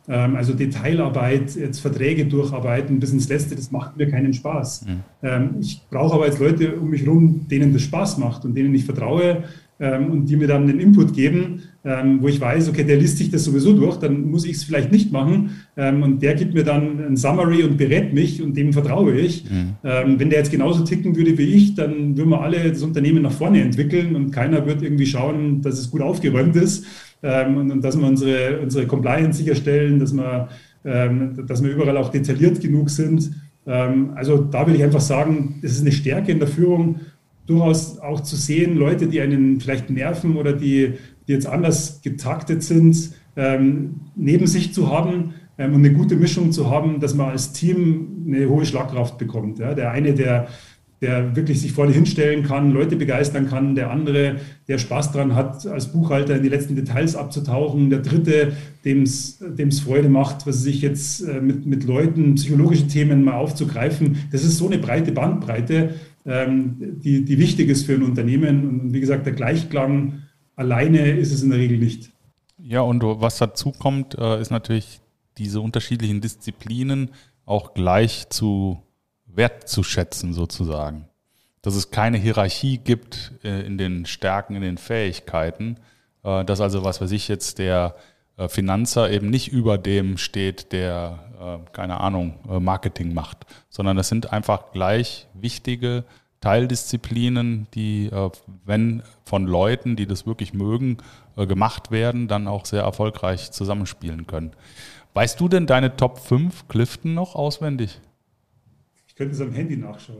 Also Detailarbeit, jetzt Verträge durcharbeiten bis ins Letzte, das macht mir keinen Spaß. Ich brauche aber jetzt Leute um mich herum, denen das Spaß macht und denen ich vertraue und die mir dann einen Input geben, wo ich weiß, okay, der liest sich das sowieso durch, dann muss ich es vielleicht nicht machen und der gibt mir dann ein Summary und berät mich und dem vertraue ich. Wenn der jetzt genauso ticken würde wie ich, dann würden wir alle das Unternehmen nach vorne entwickeln und keiner wird irgendwie schauen, dass es gut aufgeräumt ist. Und dass wir unsere Compliance sicherstellen, dass wir überall auch detailliert genug sind. Also da will ich einfach sagen, es ist eine Stärke in der Führung, durchaus auch zu sehen, Leute, die einen vielleicht nerven oder die jetzt anders getaktet sind, neben sich zu haben und eine gute Mischung zu haben, dass man als Team eine hohe Schlagkraft bekommt. Ja? Der eine, der wirklich sich vorne hinstellen kann, Leute begeistern kann, der andere, der Spaß dran hat, als Buchhalter in die letzten Details abzutauchen, der dritte, dem es Freude macht, was sich jetzt mit Leuten psychologische Themen mal aufzugreifen. Das ist so eine breite Bandbreite, die wichtig ist für ein Unternehmen. Und wie gesagt, der Gleichklang alleine ist es in der Regel nicht. Ja, und was dazu kommt, ist natürlich diese unterschiedlichen Disziplinen auch gleich wertzuschätzen sozusagen. Dass es keine Hierarchie gibt in den Stärken, in den Fähigkeiten, dass also, was weiß ich jetzt, der Finanzer eben nicht über dem steht, der, keine Ahnung, Marketing macht, sondern das sind einfach gleich wichtige Teildisziplinen, die, wenn von Leuten, die das wirklich mögen, gemacht werden, dann auch sehr erfolgreich zusammenspielen können. Weißt du denn deine Top 5 Clifton noch auswendig? Ich könnte es am Handy nachschauen.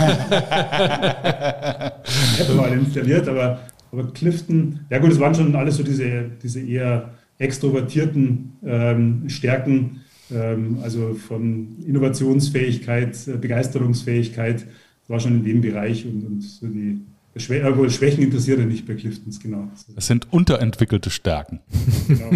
Ich habe mal installiert, aber Clifton, ja gut, es waren schon alles so diese eher extrovertierten Stärken, also von Innovationsfähigkeit, Begeisterungsfähigkeit, war schon in dem Bereich und so die Schwächen interessiert er nicht bei Cliftons, genau. Das sind unterentwickelte Stärken. Genau.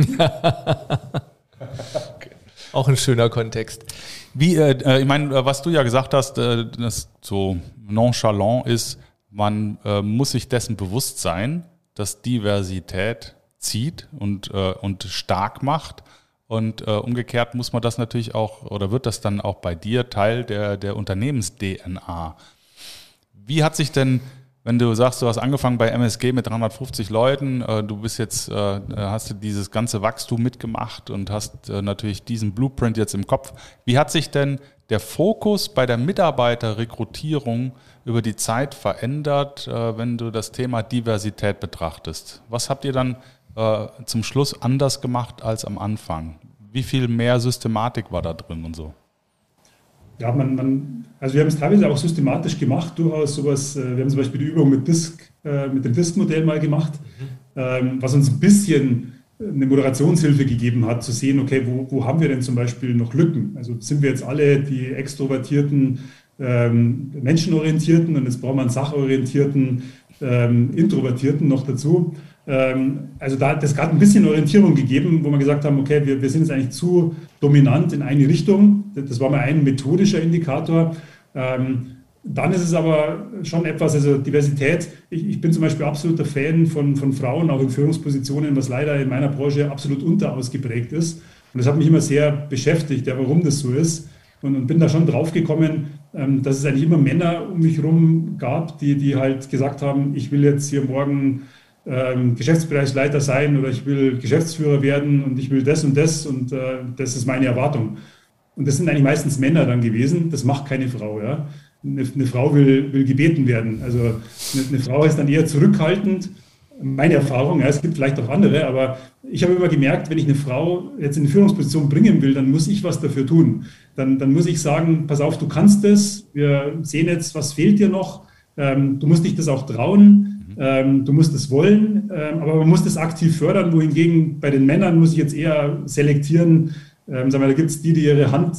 Okay. Auch ein schöner Kontext. Ich meine, was du ja gesagt hast, das so nonchalant ist, man muss sich dessen bewusst sein, dass Diversität zieht und stark macht. Und umgekehrt muss man das natürlich auch, oder wird das dann auch bei dir Teil der Unternehmens-DNA. Wie hat sich denn, wenn du sagst, du hast angefangen bei MSG mit 350 Leuten, du bist jetzt, hast du dieses ganze Wachstum mitgemacht und hast natürlich diesen Blueprint jetzt im Kopf. Wie hat sich denn der Fokus bei der Mitarbeiterrekrutierung über die Zeit verändert, wenn du das Thema Diversität betrachtest? Was habt ihr dann zum Schluss anders gemacht als am Anfang? Wie viel mehr Systematik war da drin und so? Ja, also wir haben es teilweise auch systematisch gemacht, durchaus sowas, wir haben zum Beispiel die Übung mit dem Disk-Modell mal gemacht, was uns ein bisschen eine Moderationshilfe gegeben hat, zu sehen, okay, wo haben wir denn zum Beispiel noch Lücken? Also sind wir jetzt alle die extrovertierten, menschenorientierten und jetzt brauchen wir einen sachorientierten, introvertierten noch dazu. Also das hat ein bisschen Orientierung gegeben, wo wir gesagt haben, okay, wir sind jetzt eigentlich zu dominant in eine Richtung. Das war mal ein methodischer Indikator. Dann ist es aber schon etwas, also Diversität. Ich bin zum Beispiel absoluter Fan von Frauen, auch in Führungspositionen, was leider in meiner Branche absolut unterausgeprägt ist. Und das hat mich immer sehr beschäftigt, ja, warum das so ist. Und bin da schon drauf gekommen, dass es eigentlich immer Männer um mich herum gab, die halt gesagt haben, ich will jetzt hier morgen Geschäftsbereichsleiter sein oder ich will Geschäftsführer werden und ich will das und das und das ist meine Erwartung. Und das sind eigentlich meistens Männer dann gewesen, das macht keine Frau. Ja? Eine Frau will gebeten werden. Also eine Frau ist dann eher zurückhaltend. Meine Erfahrung, ja, es gibt vielleicht auch andere, aber ich habe immer gemerkt, wenn ich eine Frau jetzt in eine Führungsposition bringen will, dann muss ich was dafür tun. Dann muss ich sagen, pass auf, du kannst es, wir sehen jetzt, was fehlt dir noch, du musst dich das auch trauen. Du musst es wollen, aber man muss das aktiv fördern, wohingegen bei den Männern muss ich jetzt eher selektieren. Da gibt es die ihre Hand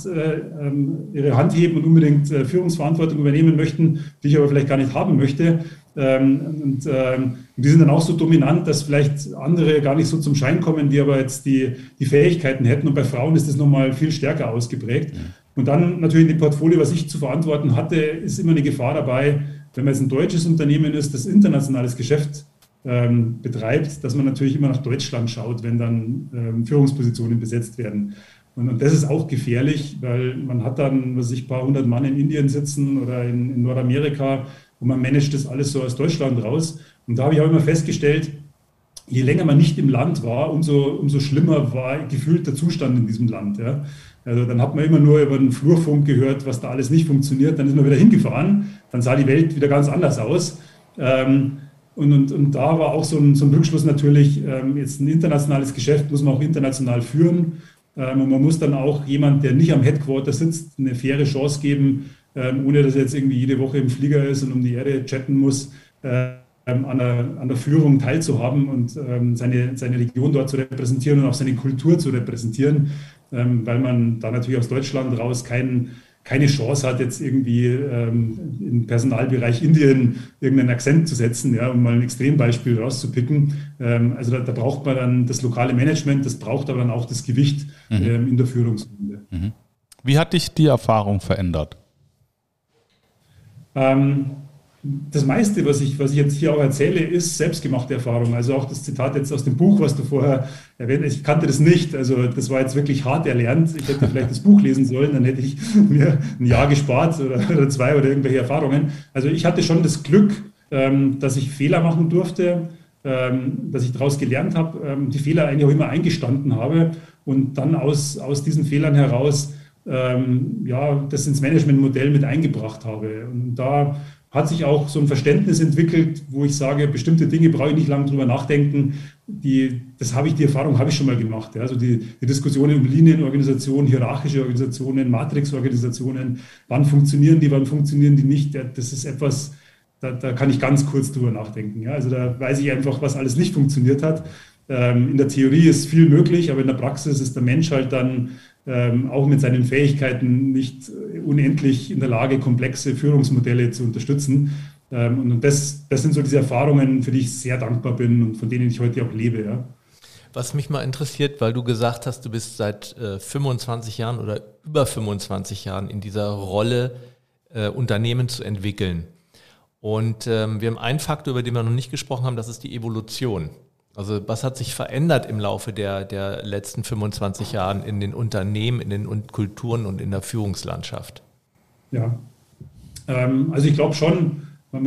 heben und unbedingt Führungsverantwortung übernehmen möchten, die ich aber vielleicht gar nicht haben möchte. Und die sind dann auch so dominant, dass vielleicht andere gar nicht so zum Schein kommen, die aber jetzt die Fähigkeiten hätten. Und bei Frauen ist das nochmal viel stärker ausgeprägt. Und dann natürlich in dem Portfolio, was ich zu verantworten hatte, ist immer eine Gefahr dabei, wenn man jetzt ein deutsches Unternehmen ist, das internationales Geschäft betreibt, dass man natürlich immer nach Deutschland schaut, wenn dann Führungspositionen besetzt werden. Und das ist auch gefährlich, weil man hat dann, was weiß ich, ein paar hundert Mann in Indien sitzen oder in Nordamerika und man managt das alles so aus Deutschland raus. Und da habe ich auch immer festgestellt, je länger man nicht im Land war, umso schlimmer war gefühlt der Zustand in diesem Land. Ja. Also dann hat man immer nur über den Flurfunk gehört, was da alles nicht funktioniert. Dann ist man wieder hingefahren, dann sah die Welt wieder ganz anders aus. Und da war auch so ein Rückschluss natürlich, jetzt ein internationales Geschäft muss man auch international führen. Und man muss dann auch jemand, der nicht am Headquarter sitzt, eine faire Chance geben, ohne dass er jetzt irgendwie jede Woche im Flieger ist und um die Erde chatten muss, an der Führung teilzuhaben und seine Region dort zu repräsentieren und auch seine Kultur zu repräsentieren, weil man da natürlich aus Deutschland raus keine Chance hat, jetzt irgendwie im Personalbereich Indien irgendeinen Akzent zu setzen, ja, um mal ein Extrembeispiel rauszupicken. Also da braucht man dann das lokale Management, das braucht aber dann auch das Gewicht in der Führungsrunde. Wie hat dich die Erfahrung verändert? Das meiste, was ich jetzt hier auch erzähle, ist selbstgemachte Erfahrung. Also auch das Zitat jetzt aus dem Buch, was du vorher erwähnt hast, ich kannte das nicht. Also das war jetzt wirklich hart erlernt. Ich hätte vielleicht das Buch lesen sollen, dann hätte ich mir ein Jahr gespart oder zwei oder irgendwelche Erfahrungen. Also ich hatte schon das Glück, dass ich Fehler machen durfte, dass ich daraus gelernt habe, die Fehler eigentlich auch immer eingestanden habe und dann aus diesen Fehlern heraus das ins Managementmodell mit eingebracht habe. Und da hat sich auch so ein Verständnis entwickelt, wo ich sage, bestimmte Dinge brauche ich nicht lange drüber nachdenken. Die Erfahrung habe ich schon mal gemacht. Ja. Also die Diskussionen um Linienorganisationen, hierarchische Organisationen, Matrixorganisationen, wann funktionieren die nicht, das ist etwas, da kann ich ganz kurz drüber nachdenken. Ja. Also da weiß ich einfach, was alles nicht funktioniert hat. In der Theorie ist viel möglich, aber in der Praxis ist der Mensch halt dann auch mit seinen Fähigkeiten nicht unendlich in der Lage, komplexe Führungsmodelle zu unterstützen. Und das sind so diese Erfahrungen, für die ich sehr dankbar bin und von denen ich heute auch lebe. Ja. Was mich mal interessiert, weil du gesagt hast, du bist seit 25 Jahren oder über 25 Jahren in dieser Rolle, Unternehmen zu entwickeln. Und wir haben einen Faktor, über den wir noch nicht gesprochen haben, das ist die Evolution. Also was hat sich verändert im Laufe der letzten 25 Jahren in den Unternehmen, in den Kulturen und in der Führungslandschaft? Ja, also ich glaube schon,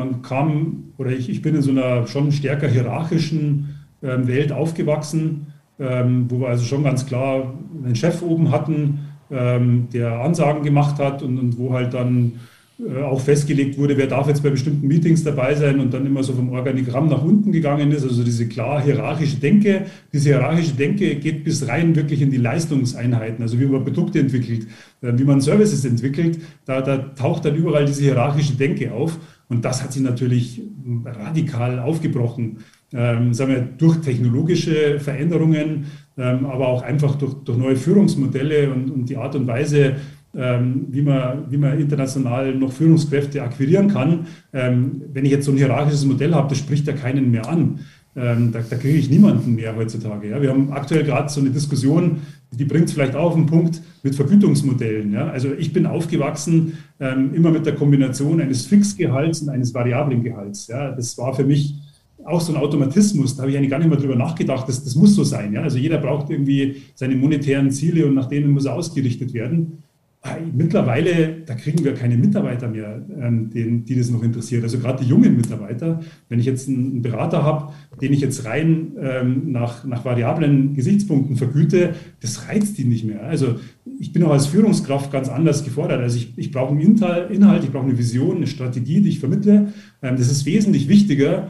ich bin in so einer schon stärker hierarchischen Welt aufgewachsen, wo wir also schon ganz klar einen Chef oben hatten, der Ansagen gemacht hat und wo halt dann auch festgelegt wurde, wer darf jetzt bei bestimmten Meetings dabei sein und dann immer so vom Organigramm nach unten gegangen ist, also diese klar hierarchische Denke. Diese hierarchische Denke geht bis rein wirklich in die Leistungseinheiten, also wie man Produkte entwickelt, wie man Services entwickelt, da taucht dann überall diese hierarchische Denke auf und das hat sich natürlich radikal aufgebrochen, sagen wir, durch technologische Veränderungen, aber auch einfach durch neue Führungsmodelle und die Art und Weise, wie man international noch Führungskräfte akquirieren kann. Wenn ich jetzt so ein hierarchisches Modell habe, das spricht ja keinen mehr an. Da kriege ich niemanden mehr heutzutage. Ja. Wir haben aktuell gerade so eine Diskussion, die bringt es vielleicht auch auf den Punkt mit Vergütungsmodellen. Ja. Also ich bin aufgewachsen immer mit der Kombination eines Fixgehalts und eines variablen Gehalts. Ja. Das war für mich auch so ein Automatismus, da habe ich eigentlich gar nicht mehr drüber nachgedacht, das muss so sein. Ja. Also jeder braucht irgendwie seine monetären Ziele und nach denen muss er ausgerichtet werden. Mittlerweile, da kriegen wir keine Mitarbeiter mehr, die das noch interessiert. Also gerade die jungen Mitarbeiter, wenn ich jetzt einen Berater habe, den ich jetzt rein nach variablen Gesichtspunkten vergüte, das reizt die nicht mehr. Also ich bin auch als Führungskraft ganz anders gefordert. Also ich brauche einen Inhalt, ich brauche eine Vision, eine Strategie, die ich vermittle. Das ist wesentlich wichtiger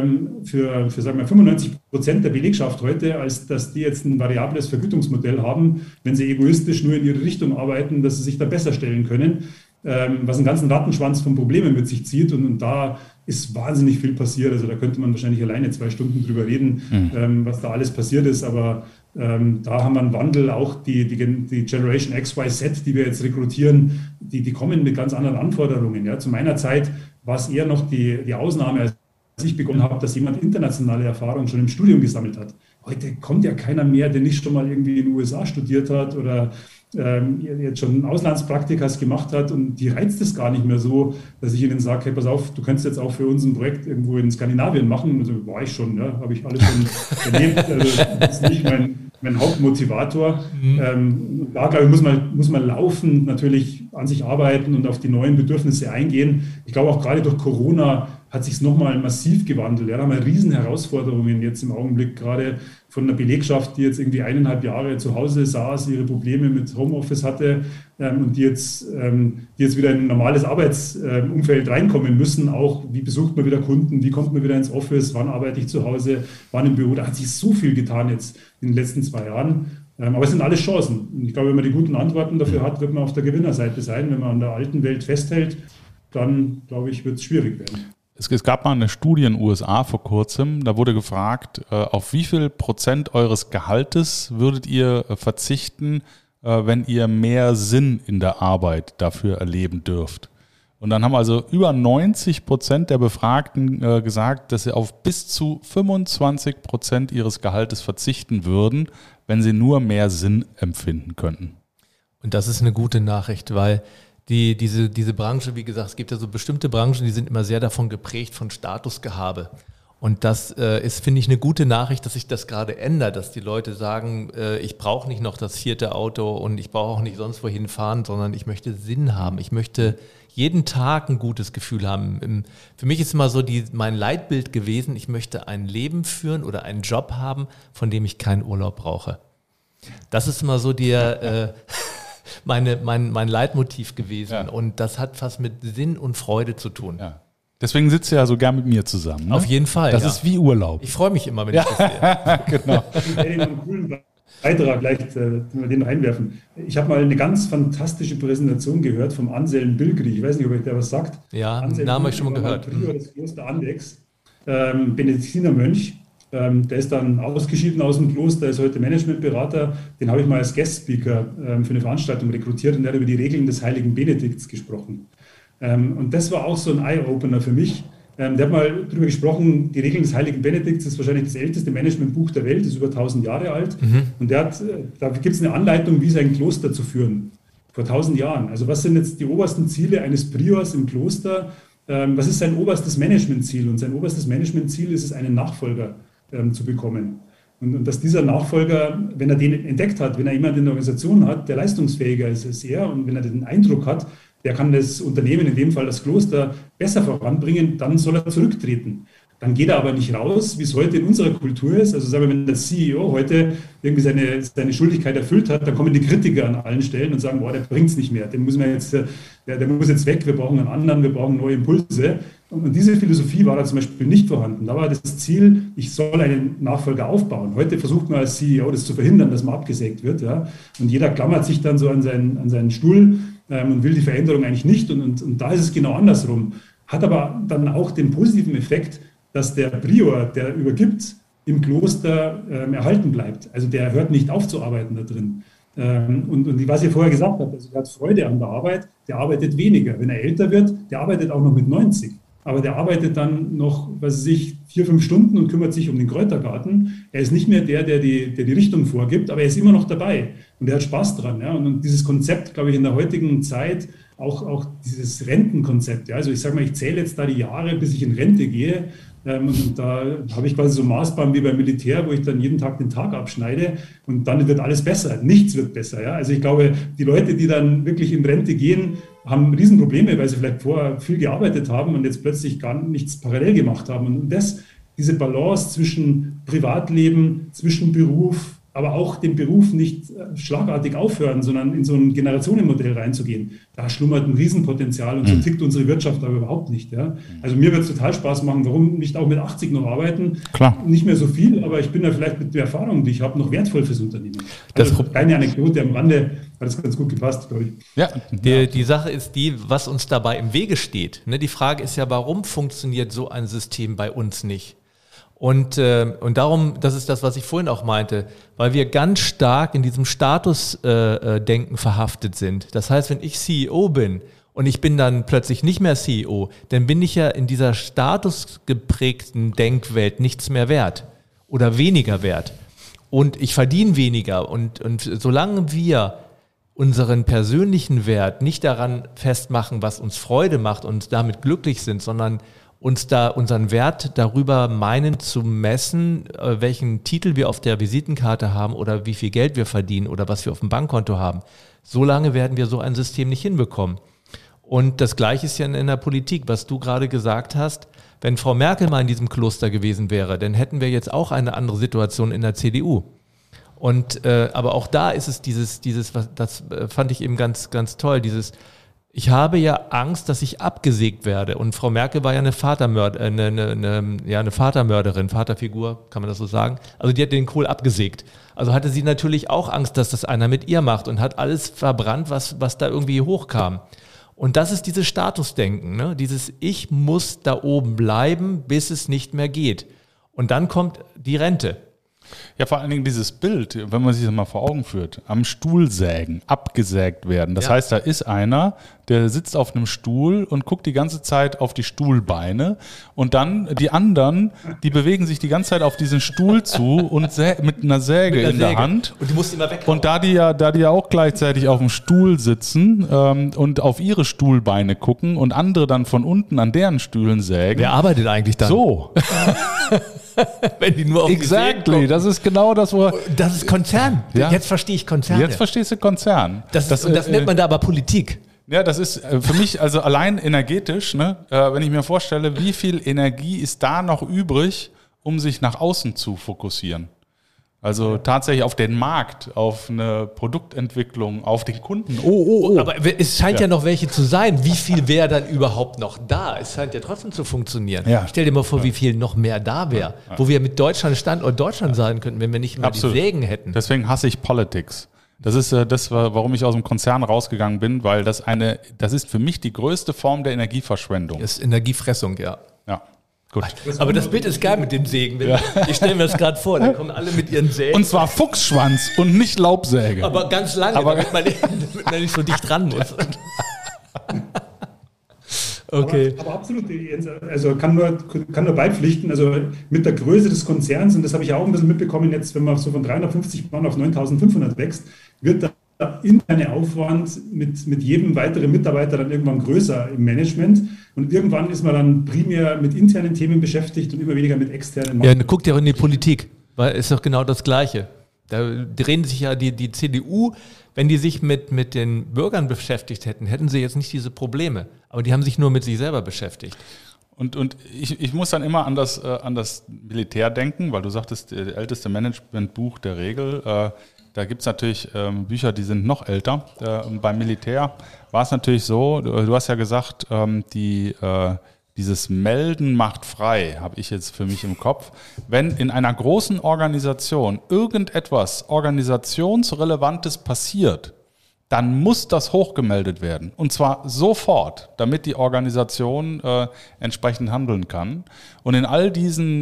für sagen wir 95% der Belegschaft heute, als dass die jetzt ein variables Vergütungsmodell haben, wenn sie egoistisch nur in ihre Richtung arbeiten, dass sie sich da besser stellen können, was einen ganzen Rattenschwanz von Problemen mit sich zieht und da ist wahnsinnig viel passiert. Also da könnte man wahrscheinlich alleine 2 Stunden drüber reden, was da alles passiert ist, aber da haben wir einen Wandel, auch die Generation XYZ, die wir jetzt rekrutieren, die kommen mit ganz anderen Anforderungen. Ja. Zu meiner Zeit war es eher noch die Ausnahme, als ich begonnen habe, dass jemand internationale Erfahrung schon im Studium gesammelt hat. Heute kommt ja keiner mehr, der nicht schon mal irgendwie in den USA studiert hat oder jetzt schon Auslandspraktikas gemacht hat, und die reizt es gar nicht mehr so, dass ich ihnen sage, hey, pass auf, du könntest jetzt auch für uns ein Projekt irgendwo in Skandinavien machen. Also war ich schon, ja, habe ich alles schon erlebt. Also, das ist nicht mein Hauptmotivator. Da, glaube ich, muss man laufend natürlich an sich arbeiten und auf die neuen Bedürfnisse eingehen. Ich glaube, auch gerade durch Corona hat sich es nochmal massiv gewandelt. Ja, da haben wir riesen Herausforderungen jetzt im Augenblick, gerade von einer Belegschaft, die jetzt irgendwie 1,5 Jahre zu Hause saß, ihre Probleme mit Homeoffice hatte und die jetzt wieder in ein normales Arbeitsumfeld reinkommen müssen. Auch, wie besucht man wieder Kunden, wie kommt man wieder ins Office, wann arbeite ich zu Hause, wann im Büro. Da hat sich so viel getan jetzt in den letzten 2 Jahren. Aber es sind alles Chancen. Und ich glaube, wenn man die guten Antworten dafür hat, wird man auf der Gewinnerseite sein. Wenn man an der alten Welt festhält, dann, glaube ich, wird es schwierig werden. Es gab mal eine Studie in den USA vor kurzem, da wurde gefragt, auf wie viel % eures Gehaltes würdet ihr verzichten, wenn ihr mehr Sinn in der Arbeit dafür erleben dürft? Und dann haben also über 90% der Befragten gesagt, dass sie auf bis zu 25% ihres Gehaltes verzichten würden, wenn sie nur mehr Sinn empfinden könnten. Und das ist eine gute Nachricht, weil diese Branche, wie gesagt, es gibt ja so bestimmte Branchen, die sind immer sehr davon geprägt von Statusgehabe. Und das ist, finde ich, eine gute Nachricht, dass sich das gerade ändert, dass die Leute sagen, ich brauche nicht noch das 4. Auto und ich brauche auch nicht sonst wohin fahren, sondern ich möchte Sinn haben. Ich möchte jeden Tag ein gutes Gefühl haben. Für mich ist immer so mein Leitbild gewesen, ich möchte ein Leben führen oder einen Job haben, von dem ich keinen Urlaub brauche. Das ist immer so mein Leitmotiv gewesen. Ja. Und das hat was mit Sinn und Freude zu tun. Ja. Deswegen sitzt du ja so gern mit mir zusammen. Ne? Auf jeden Fall. Das ist wie Urlaub. Ich freue mich immer, wenn ich das sehe. Genau. Ich werde einen coolen Beitrag vielleicht den reinwerfen. Ich habe mal eine ganz fantastische Präsentation gehört vom Anselm Bilgri. Ich weiß nicht, ob euch der was sagt. Ja, den Namen habe ich schon mal gehört. Prior des Kloster Andex, Benediktinermönch. Der ist dann ausgeschieden aus dem Kloster, ist heute Managementberater. Den habe ich mal als Guest-Speaker für eine Veranstaltung rekrutiert und der hat über die Regeln des heiligen Benedikts gesprochen. Und das war auch so ein Eye-Opener für mich. Der hat mal darüber gesprochen, die Regeln des heiligen Benedikts ist wahrscheinlich das älteste Managementbuch der Welt, ist über 1000 Jahre alt. Und da gibt es eine Anleitung, wie sein Kloster zu führen, vor 1000 Jahren. Also was sind jetzt die obersten Ziele eines Priors im Kloster? Was ist sein oberstes Managementziel? Und sein oberstes Managementziel ist es, einen Nachfolger zu bekommen. Und dass dieser Nachfolger, wenn er den entdeckt hat, wenn er jemanden in der Organisation hat, der leistungsfähiger ist als er, und wenn er den Eindruck hat, der kann das Unternehmen, in dem Fall das Kloster, besser voranbringen, dann soll er zurücktreten. Dann geht er aber nicht raus, wie es heute in unserer Kultur ist. Also sagen wir, wenn der CEO heute irgendwie seine Schuldigkeit erfüllt hat, dann kommen die Kritiker an allen Stellen und sagen, boah, der bringt es nicht mehr, der muss jetzt weg, wir brauchen einen anderen, wir brauchen neue Impulse. Und diese Philosophie war da zum Beispiel nicht vorhanden. Da war das Ziel, ich soll einen Nachfolger aufbauen. Heute versucht man als CEO das zu verhindern, dass man abgesägt wird. Ja? Und jeder klammert sich dann so an seinen Stuhl und will die Veränderung eigentlich nicht. Und da ist es genau andersrum. Hat aber dann auch den positiven Effekt, dass der Prior, der übergibt, im Kloster erhalten bleibt. Also der hört nicht auf zu arbeiten da drin. Und was ich vorher gesagt habe, also der hat Freude an der Arbeit, der arbeitet weniger. Wenn er älter wird, der arbeitet auch noch mit 90. Aber der arbeitet dann noch, 4-5 Stunden und kümmert sich um den Kräutergarten. Er ist nicht mehr der die Richtung vorgibt, aber er ist immer noch dabei. Und er hat Spaß dran. Ja? Und dieses Konzept, glaube ich, in der heutigen Zeit, auch dieses Rentenkonzept. Ja? Also ich sage mal, ich zähle jetzt da die Jahre, bis ich in Rente gehe. Und da habe ich quasi so Maßbahn wie beim Militär, wo ich dann jeden Tag den Tag abschneide und dann wird alles besser. Nichts wird besser. Ja? Also ich glaube, die Leute, die dann wirklich in Rente gehen, haben Riesenprobleme, weil sie vielleicht vorher viel gearbeitet haben und jetzt plötzlich gar nichts parallel gemacht haben. Und diese Balance zwischen Privatleben, zwischen Beruf, aber auch den Beruf nicht schlagartig aufhören, sondern in so ein Generationenmodell reinzugehen. Da schlummert ein Riesenpotenzial und so tickt unsere Wirtschaft aber überhaupt nicht. Ja? Also mir wird es total Spaß machen, warum nicht auch mit 80 noch arbeiten? Klar. Nicht mehr so viel, aber ich bin da vielleicht mit der Erfahrung, die ich habe, noch wertvoll fürs Unternehmen. Also kleine Anekdote am Rande, hat das ganz gut gepasst, glaube ich. Ja, die Sache ist die, was uns dabei im Wege steht. Ne? Die Frage ist ja, warum funktioniert so ein System bei uns nicht? Und darum, das ist das, was ich vorhin auch meinte, weil wir ganz stark in diesem Statusdenken verhaftet sind. Das heißt, wenn ich CEO bin und ich bin dann plötzlich nicht mehr CEO, dann bin ich ja in dieser statusgeprägten Denkwelt nichts mehr wert oder weniger wert. und ich verdiene weniger und solange wir unseren persönlichen Wert nicht daran festmachen, was uns Freude macht und damit glücklich sind, sondern uns da unseren Wert darüber meinen zu messen, welchen Titel wir auf der Visitenkarte haben oder wie viel Geld wir verdienen oder was wir auf dem Bankkonto haben, solange werden wir so ein System nicht hinbekommen. Und das Gleiche ist ja in der Politik, was du gerade gesagt hast. Wenn Frau Merkel mal in diesem Kloster gewesen wäre, dann hätten wir jetzt auch eine andere Situation in der CDU. Und aber auch da ist es das fand ich eben ganz, ganz toll, ich habe ja Angst, dass ich abgesägt werde. Und Frau Merkel war ja eine Vatermörderin, Vaterfigur, kann man das so sagen? Also die hat den Kohl abgesägt. Also hatte sie natürlich auch Angst, dass das einer mit ihr macht und hat alles verbrannt, was da irgendwie hochkam. Und das ist dieses Statusdenken, ne? Dieses ich muss da oben bleiben, bis es nicht mehr geht. Und dann kommt die Rente. Ja, vor allen Dingen dieses Bild, wenn man sich das mal vor Augen führt, am Stuhl sägen, abgesägt werden. Das heißt, da ist einer, der sitzt auf einem Stuhl und guckt die ganze Zeit auf die Stuhlbeine und dann die anderen, die bewegen sich die ganze Zeit auf diesen Stuhl zu und mit einer Säge in der Hand. Und die musst immer weghauen. Und da die ja auch gleichzeitig auf dem Stuhl sitzen und auf ihre Stuhlbeine gucken und andere dann von unten an deren Stühlen sägen. Wer arbeitet eigentlich dann? So. Wenn die nur auf Exactly, das ist genau das, wo... Das ist Konzern. Ja. Jetzt verstehe ich Konzerne. Jetzt verstehst du Konzern. Das nennt man da aber Politik. Ja, das ist für mich also allein energetisch, ne, wenn ich mir vorstelle, wie viel Energie ist da noch übrig, um sich nach außen zu fokussieren. Also tatsächlich auf den Markt, auf eine Produktentwicklung, auf den Kunden. Aber es scheint ja noch welche zu sein. Wie viel wäre dann überhaupt noch da? Es scheint ja trotzdem zu funktionieren. Ja. Stell dir mal vor, wie viel noch mehr da wäre. Wo wir mit Deutschland Standort Deutschland sein könnten, wenn wir nicht mehr die Sägen hätten. Deswegen hasse ich Politics. Das ist warum ich aus dem Konzern rausgegangen bin, weil das ist für mich die größte Form der Energieverschwendung. Das ist Energiefressung, ja. Ja. Gut. Aber das Bild ist geil mit dem Sägen. Ich stelle mir das gerade vor, da kommen alle mit ihren Sägen. Und zwar Fuchsschwanz und nicht Laubsäge. Aber ganz lange, damit man nicht so dicht ran muss. Okay. Aber absolut, also kann nur beipflichten, also mit der Größe des Konzerns, und das habe ich auch ein bisschen mitbekommen jetzt, wenn man so von 350 Mann auf 9.500 wächst, wird der interne Aufwand mit jedem weiteren Mitarbeiter dann irgendwann größer im Management und irgendwann ist man dann primär mit internen Themen beschäftigt und immer weniger mit externen. Ja, guckt ja auch in die Politik, weil ist doch genau das Gleiche. Da drehen sich ja die CDU, wenn die sich mit den Bürgern beschäftigt hätten sie jetzt nicht diese Probleme. Aber die haben sich nur mit sich selber beschäftigt. Und ich muss dann immer an das Militär denken, weil du sagtest, das älteste Managementbuch der Regel. Da gibt es natürlich Bücher, die sind noch älter. Und beim Militär war es natürlich so, du hast ja gesagt, dieses Melden macht frei, habe ich jetzt für mich im Kopf. Wenn in einer großen Organisation irgendetwas Organisationsrelevantes passiert, dann muss das hochgemeldet werden. Und zwar sofort, damit die Organisation entsprechend handeln kann. Und in all diesen,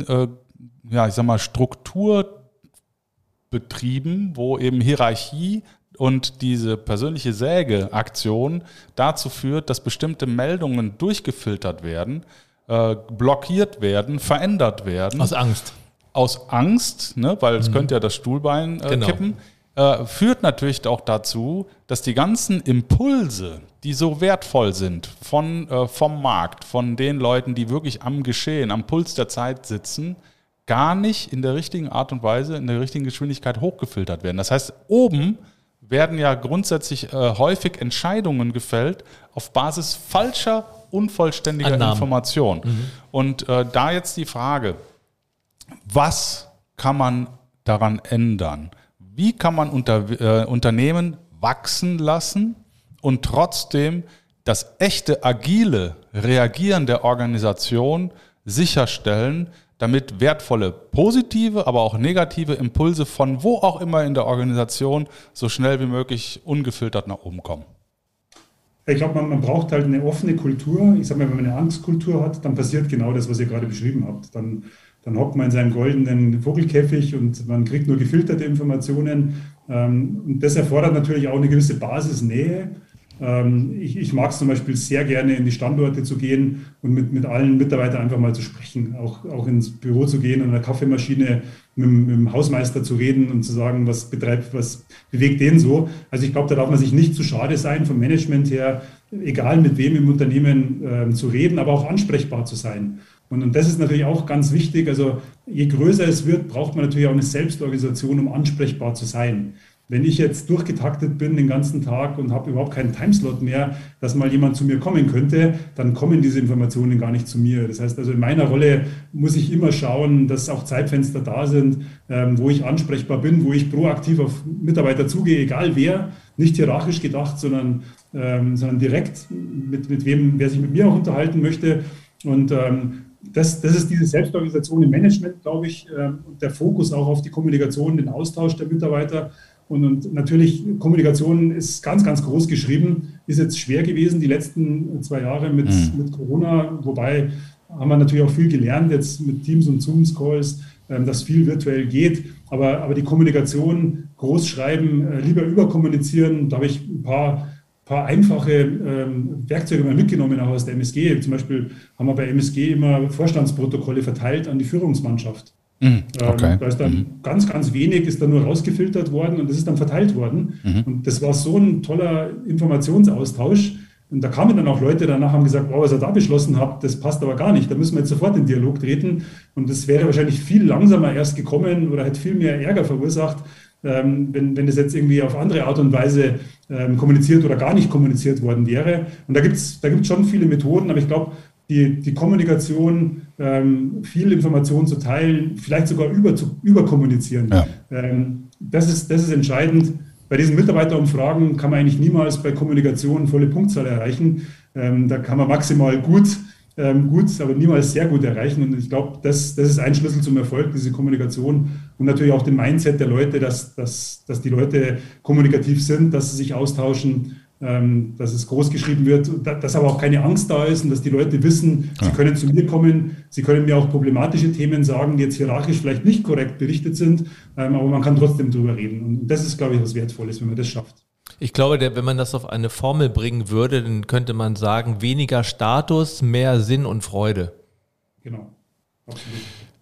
Strukturbetrieben, wo eben Hierarchie und diese persönliche Sägeaktion dazu führt, dass bestimmte Meldungen durchgefiltert werden, blockiert werden, verändert werden. Aus Angst. Aus Angst, ne, weil es könnte ja das Stuhlbein kippen. Führt natürlich auch dazu, dass die ganzen Impulse, die so wertvoll sind vom Markt, von den Leuten, die wirklich am Geschehen, am Puls der Zeit sitzen, gar nicht in der richtigen Art und Weise, in der richtigen Geschwindigkeit hochgefiltert werden. Das heißt, oben werden ja grundsätzlich häufig Entscheidungen gefällt auf Basis falscher, unvollständiger Informationen. Und da jetzt die Frage, was kann man daran ändern? Wie kann man Unternehmen wachsen lassen und trotzdem das echte, agile Reagieren der Organisation sicherstellen, damit wertvolle positive, aber auch negative Impulse von wo auch immer in der Organisation so schnell wie möglich ungefiltert nach oben kommen? Ich glaube, man braucht halt eine offene Kultur. Ich sage mal, wenn man eine Angstkultur hat, dann passiert genau das, was ihr gerade beschrieben habt. Dann hockt man in seinem goldenen Vogelkäfig und man kriegt nur gefilterte Informationen. Und das erfordert natürlich auch eine gewisse Basisnähe. Ich mag es zum Beispiel sehr gerne, in die Standorte zu gehen und mit allen Mitarbeitern einfach mal zu sprechen, auch ins Büro zu gehen und an der Kaffeemaschine mit dem Hausmeister zu reden und zu sagen, was bewegt den so. Also ich glaube, da darf man sich nicht zu schade sein, vom Management her, egal mit wem im Unternehmen zu reden, aber auch ansprechbar zu sein. Und das ist natürlich auch ganz wichtig. Also je größer es wird, braucht man natürlich auch eine Selbstorganisation, um ansprechbar zu sein. Wenn ich jetzt durchgetaktet bin den ganzen Tag und habe überhaupt keinen Timeslot mehr, dass mal jemand zu mir kommen könnte, dann kommen diese Informationen gar nicht zu mir. Das heißt also, in meiner Rolle muss ich immer schauen, dass auch Zeitfenster da sind, wo ich ansprechbar bin, wo ich proaktiv auf Mitarbeiter zugehe, egal wer, nicht hierarchisch gedacht, sondern direkt mit wem, wer sich mit mir auch unterhalten möchte. Und das ist diese Selbstorganisation im Management, glaube ich, und der Fokus auch auf die Kommunikation, den Austausch der Mitarbeiter. Und natürlich, Kommunikation ist ganz, ganz groß geschrieben, ist jetzt schwer gewesen die letzten 2 Jahre mit Corona, wobei haben wir natürlich auch viel gelernt jetzt mit Teams und Zooms-Calls, dass viel virtuell geht, aber die Kommunikation, groß schreiben, lieber überkommunizieren, da habe ich ein paar einfache Werkzeuge mal mitgenommen, auch aus der MSG. Zum Beispiel haben wir bei MSG immer Vorstandsprotokolle verteilt an die Führungsmannschaft. Okay. Da ist dann ganz, ganz wenig, ist dann nur rausgefiltert worden und das ist dann verteilt worden. Und das war so ein toller Informationsaustausch. Und da kamen dann auch Leute danach, haben gesagt, wow, was ihr da beschlossen habt, das passt aber gar nicht. Da müssen wir jetzt sofort in Dialog treten. Und das wäre wahrscheinlich viel langsamer erst gekommen oder hätte viel mehr Ärger verursacht, wenn das jetzt irgendwie auf andere Art und Weise kommuniziert oder gar nicht kommuniziert worden wäre. Und da gibt's schon viele Methoden, aber ich glaube, die Kommunikation, viel Information zu teilen, vielleicht sogar überkommunizieren. Ja. Das ist entscheidend. Bei diesen Mitarbeiterumfragen kann man eigentlich niemals bei Kommunikation volle Punktzahl erreichen. Da kann man maximal gut, aber niemals sehr gut erreichen. Und ich glaube, das ist ein Schlüssel zum Erfolg, diese Kommunikation und natürlich auch dem Mindset der Leute, dass die Leute kommunikativ sind, dass sie sich austauschen, dass es groß geschrieben wird, dass aber auch keine Angst da ist und dass die Leute wissen, sie können zu mir kommen, sie können mir auch problematische Themen sagen, die jetzt hierarchisch vielleicht nicht korrekt berichtet sind, aber man kann trotzdem drüber reden. Und das ist, glaube ich, was Wertvolles, wenn man das schafft. Ich glaube, wenn man das auf eine Formel bringen würde, dann könnte man sagen, weniger Status, mehr Sinn und Freude. Genau, absolut.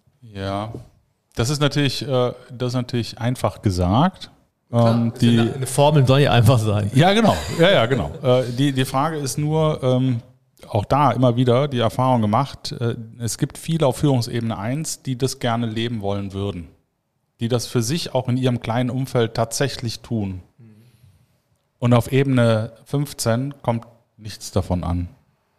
Ja, das ist natürlich einfach gesagt. Klar, eine Formel soll ja einfach sein. Ja, genau. Ja, genau. Die Frage ist nur, auch da immer wieder die Erfahrung gemacht, es gibt viele auf Führungsebene 1, die das gerne leben wollen würden. Die das für sich auch in ihrem kleinen Umfeld tatsächlich tun. Und auf Ebene 15 kommt nichts davon an.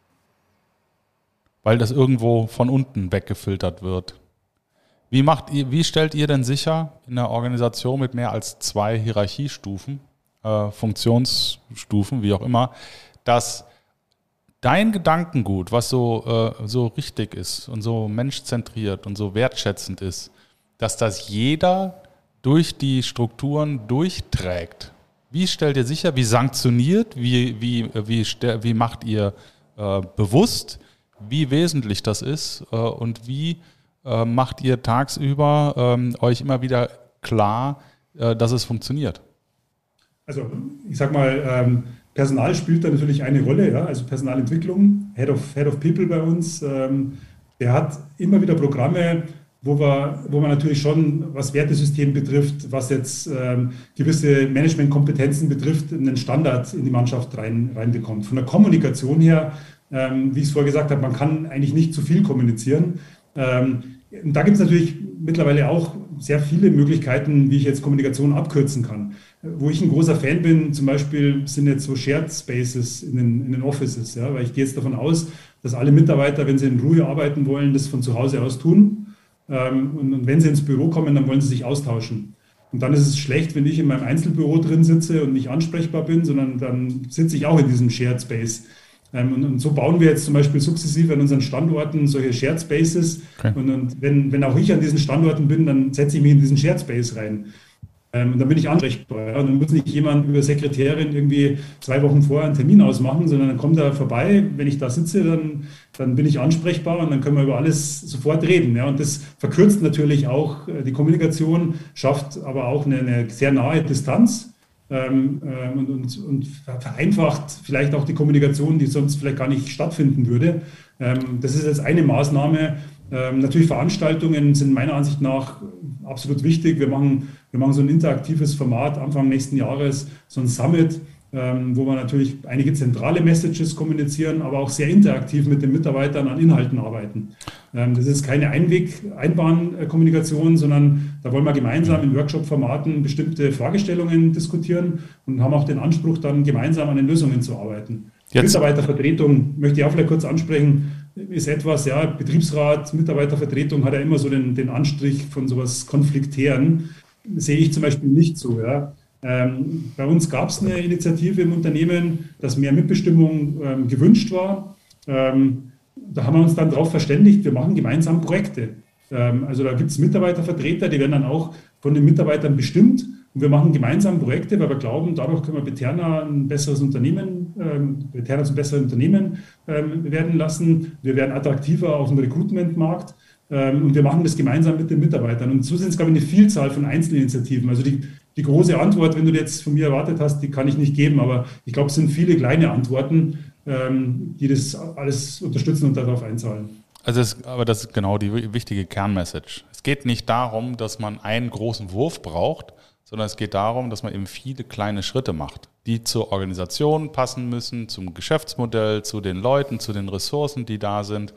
Weil das irgendwo von unten weggefiltert wird. Wie stellt ihr denn sicher in einer Organisation mit mehr als 2 Hierarchiestufen, Funktionsstufen, wie auch immer, dass dein Gedankengut, was so richtig ist und so menschzentriert und so wertschätzend ist, dass das jeder durch die Strukturen durchträgt? Wie stellt ihr sicher, wie sanktioniert, wie macht ihr bewusst, wie wesentlich das ist und wie macht ihr tagsüber euch immer wieder klar, dass es funktioniert? Also ich sag mal, Personal spielt da natürlich eine Rolle, ja? Also Personalentwicklung, Head of People bei uns, der hat immer wieder Programme, wo man natürlich schon, was Wertesystem betrifft, was jetzt gewisse Managementkompetenzen betrifft, einen Standard in die Mannschaft reinbekommt. Von der Kommunikation her, wie ich es vorher gesagt habe, man kann eigentlich nicht zu viel kommunizieren. Und da gibt es natürlich mittlerweile auch sehr viele Möglichkeiten, wie ich jetzt Kommunikation abkürzen kann. Wo ich ein großer Fan bin, zum Beispiel sind jetzt so Shared Spaces in den Offices, ja, weil ich gehe jetzt davon aus, dass alle Mitarbeiter, wenn sie in Ruhe arbeiten wollen, das von zu Hause aus tun. Und wenn sie ins Büro kommen, dann wollen sie sich austauschen. Und dann ist es schlecht, wenn ich in meinem Einzelbüro drin sitze und nicht ansprechbar bin, sondern dann sitze ich auch in diesem Shared Space. Und so bauen wir jetzt zum Beispiel sukzessive an unseren Standorten solche Shared Spaces. Okay. Und wenn auch ich an diesen Standorten bin, dann setze ich mich in diesen Shared Space rein. Und dann bin ich ansprechbar. Und dann muss nicht jemand über Sekretärin irgendwie 2 Wochen vorher einen Termin ausmachen, sondern dann kommt er vorbei. Wenn ich da sitze, dann bin ich ansprechbar und dann können wir über alles sofort reden. Ja. Und das verkürzt natürlich auch die Kommunikation, schafft aber auch eine sehr nahe Distanz. und vereinfacht vielleicht auch die Kommunikation, die sonst vielleicht gar nicht stattfinden würde. Das ist jetzt eine Maßnahme. Natürlich Veranstaltungen sind meiner Ansicht nach absolut wichtig. Wir machen so ein interaktives Format Anfang nächsten Jahres, so ein Summit, wo wir natürlich einige zentrale Messages kommunizieren, aber auch sehr interaktiv mit den Mitarbeitern an Inhalten arbeiten. Das ist keine Einbahnkommunikation, sondern da wollen wir gemeinsam in Workshop-Formaten bestimmte Fragestellungen diskutieren und haben auch den Anspruch, dann gemeinsam an den Lösungen zu arbeiten. Mitarbeitervertretung möchte ich auch vielleicht kurz ansprechen, ist etwas, ja, Betriebsrat, Mitarbeitervertretung hat ja immer so den Anstrich von sowas Konfliktären. Sehe ich zum Beispiel nicht so, ja. Bei uns gab es eine Initiative im Unternehmen, dass mehr Mitbestimmung gewünscht war. Da haben wir uns dann darauf verständigt, wir machen gemeinsam Projekte. Also da gibt es Mitarbeitervertreter, die werden dann auch von den Mitarbeitern bestimmt. Und wir machen gemeinsam Projekte, weil wir glauben, dadurch können wir Beterna ein besseres Unternehmen, Beterna zum besseren Unternehmen werden lassen. Wir werden attraktiver auf dem Recruitment-Markt. Und wir machen das gemeinsam mit den Mitarbeitern. Und so sind es, glaube ich, eine Vielzahl von Einzelinitiativen. Also die große Antwort, wenn du jetzt von mir erwartet hast, die kann ich nicht geben. Aber ich glaube, es sind viele kleine Antworten, die das alles unterstützen und darauf einzahlen. Aber das ist genau die wichtige Kernmessage. Es geht nicht darum, dass man einen großen Wurf braucht, sondern es geht darum, dass man eben viele kleine Schritte macht, die zur Organisation passen müssen, zum Geschäftsmodell, zu den Leuten, zu den Ressourcen, die da sind,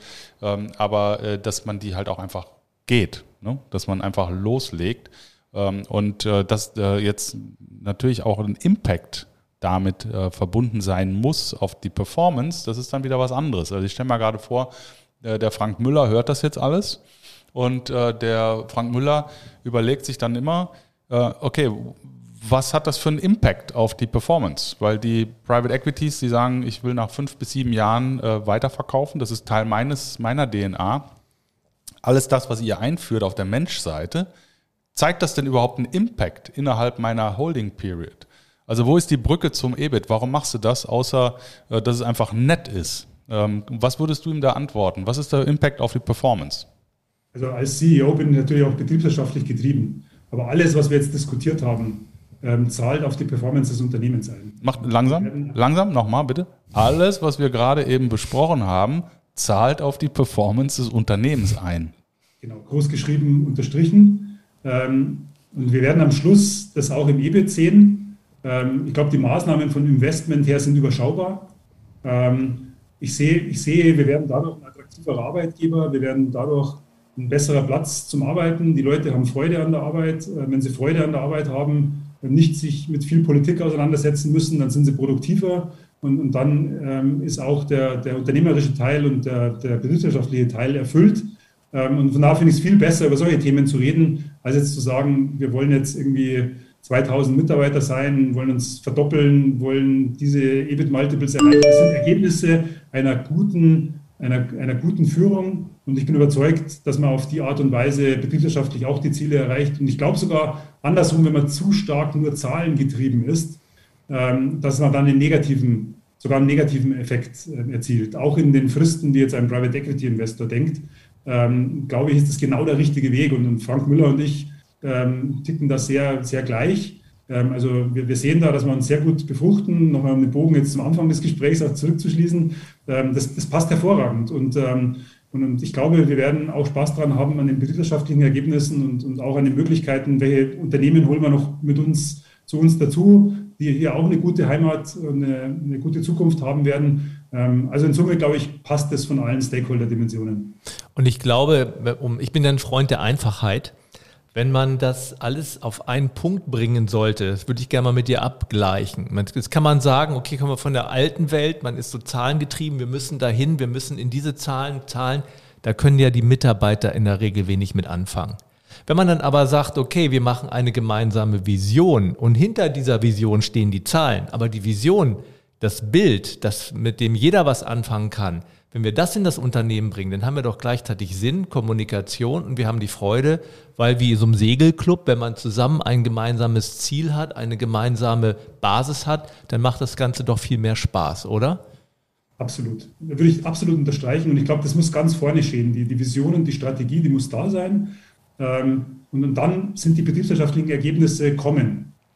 aber dass man die halt auch einfach geht, ne? Dass man einfach loslegt und dass jetzt natürlich auch ein Impact damit verbunden sein muss auf die Performance, das ist dann wieder was anderes. Also ich stelle mir gerade vor, der Frank Müller hört das jetzt alles und der Frank Müller überlegt sich dann immer, okay, was hat das für einen Impact auf die Performance? Weil die Private Equities, die sagen, ich will nach 5 bis 7 Jahren weiterverkaufen, das ist Teil meiner DNA. Alles das, was ihr einführt auf der Menschseite, zeigt das denn überhaupt einen Impact innerhalb meiner Holding Period? Also wo ist die Brücke zum EBIT? Warum machst du das, außer dass es einfach nett ist? Was würdest du ihm da antworten? Was ist der Impact auf die Performance? Also als CEO bin ich natürlich auch betriebswirtschaftlich getrieben. Aber alles, was wir jetzt diskutiert haben, zahlt auf die Performance des Unternehmens ein. Macht langsam, nochmal bitte. Alles, was wir gerade eben besprochen haben, zahlt auf die Performance des Unternehmens ein. Genau, groß geschrieben, unterstrichen. Und wir werden am Schluss das auch im EBIT sehen. Ich glaube, die Maßnahmen von Investment her sind überschaubar. Ich sehe, wir werden dadurch ein attraktiverer Arbeitgeber, wir werden dadurch ein besserer Platz zum Arbeiten. Die Leute haben Freude an der Arbeit. Wenn sie Freude an der Arbeit haben, nicht sich mit viel Politik auseinandersetzen müssen, dann sind sie produktiver und dann ist auch der unternehmerische Teil und der betriebswirtschaftliche Teil erfüllt. Und von daher finde ich es viel besser, über solche Themen zu reden, als jetzt zu sagen, wir wollen jetzt irgendwie 2000 Mitarbeiter sein, wollen uns verdoppeln, wollen diese EBIT-Multiples erreichen. Das sind Ergebnisse einer guten Führung. Und ich bin überzeugt, dass man auf die Art und Weise betriebswirtschaftlich auch die Ziele erreicht. Und ich glaube sogar andersrum, wenn man zu stark nur zahlengetrieben ist, dass man dann sogar einen negativen Effekt erzielt. Auch in den Fristen, die jetzt ein Private Equity Investor denkt, glaube ich, ist das genau der richtige Weg. Und Frank Müller und ich ticken da sehr, sehr gleich. Also wir sehen da, dass wir uns sehr gut befruchten. Nochmal um den Bogen jetzt zum Anfang des Gesprächs auch zurückzuschließen. Das passt hervorragend. Und ich glaube, wir werden auch Spaß daran haben an den betriebswirtschaftlichen Ergebnissen und auch an den Möglichkeiten, welche Unternehmen holen wir noch zu uns dazu, die hier auch eine gute Heimat und eine gute Zukunft haben werden. Also in Summe, glaube ich, passt das von allen Stakeholder-Dimensionen. Und ich glaube, ich bin ein Freund der Einfachheit. Wenn man das alles auf einen Punkt bringen sollte, das würde ich gerne mal mit dir abgleichen. Jetzt kann man sagen, okay, kommen wir von der alten Welt, man ist so zahlengetrieben, wir müssen dahin, wir müssen in diese Zahlen, da können ja die Mitarbeiter in der Regel wenig mit anfangen. Wenn man dann aber sagt, okay, wir machen eine gemeinsame Vision und hinter dieser Vision stehen die Zahlen, aber die Vision, das Bild, das mit dem jeder was anfangen kann, wenn wir das in das Unternehmen bringen, dann haben wir doch gleichzeitig Sinn, Kommunikation und wir haben die Freude, weil wie so einem Segelclub, wenn man zusammen ein gemeinsames Ziel hat, eine gemeinsame Basis hat, dann macht das Ganze doch viel mehr Spaß, oder? Absolut. Da würde ich absolut unterstreichen und ich glaube, das muss ganz vorne stehen. Die Vision und die Strategie, die muss da sein und dann sind die betriebswirtschaftlichen Ergebnisse kommen.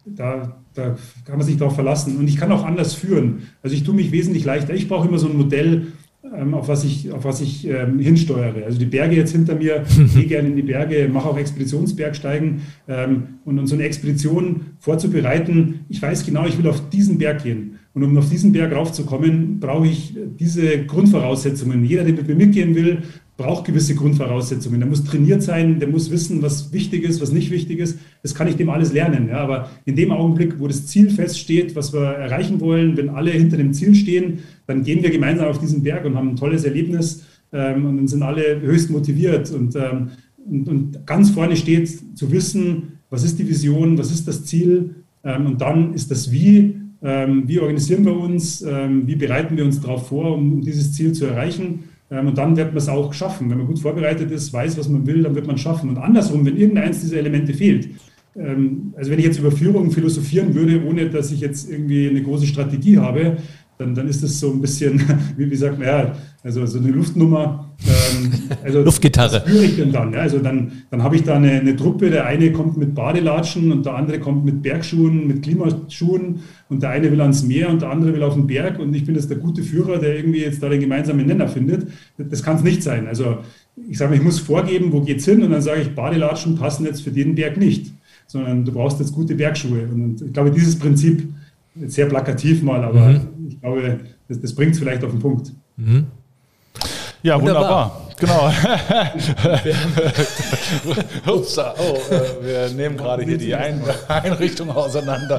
da kann man sich darauf verlassen. Und ich kann auch anders führen. Also ich tue mich wesentlich leichter. Ich brauche immer so ein Modell, auf was ich hinsteuere. Also die Berge jetzt hinter mir, gehe gerne in die Berge, mache auch Expeditionsbergsteigen. Und so eine Expedition vorzubereiten, ich weiß genau, ich will auf diesen Berg gehen. Und um auf diesen Berg raufzukommen, brauche ich diese Grundvoraussetzungen. Jeder, der mit mir mitgehen will, braucht gewisse Grundvoraussetzungen. Der muss trainiert sein, der muss wissen, was wichtig ist, was nicht wichtig ist. Das kann ich dem alles lernen. Ja. Aber in dem Augenblick, wo das Ziel feststeht, was wir erreichen wollen, wenn alle hinter dem Ziel stehen, dann gehen wir gemeinsam auf diesen Berg und haben ein tolles Erlebnis und dann sind alle höchst motiviert. Und ganz vorne steht zu wissen, was ist die Vision, was ist das Ziel und dann ist das Wie organisieren wir uns, wie bereiten wir uns darauf vor, um dieses Ziel zu erreichen. Und dann wird man es auch schaffen. Wenn man gut vorbereitet ist, weiß, was man will, dann wird man es schaffen. Und andersrum, wenn irgendeins dieser Elemente fehlt, also wenn ich jetzt über Führung philosophieren würde, ohne dass ich jetzt irgendwie eine große Strategie habe, dann ist das so ein bisschen, wie sagt man, ja, also so eine Luftnummer. Also Luftgitarre. Was führe ich denn dann? Ja, also dann habe ich da eine Truppe, der eine kommt mit Badelatschen und der andere kommt mit Bergschuhen, mit Klimaschuhen und der eine will ans Meer und der andere will auf den Berg und ich bin jetzt der gute Führer, der irgendwie jetzt da den gemeinsamen Nenner findet. Das kann es nicht sein. Also ich sage, ich muss vorgeben, wo geht's hin und dann sage ich, Badelatschen passen jetzt für den Berg nicht, sondern du brauchst jetzt gute Bergschuhe. Und ich glaube, dieses Prinzip, sehr plakativ mal, aber ich glaube, das bringt es vielleicht auf den Punkt. Mhm. Ja, wunderbar. Genau. Ups, wir nehmen gerade hier die Einrichtung auseinander.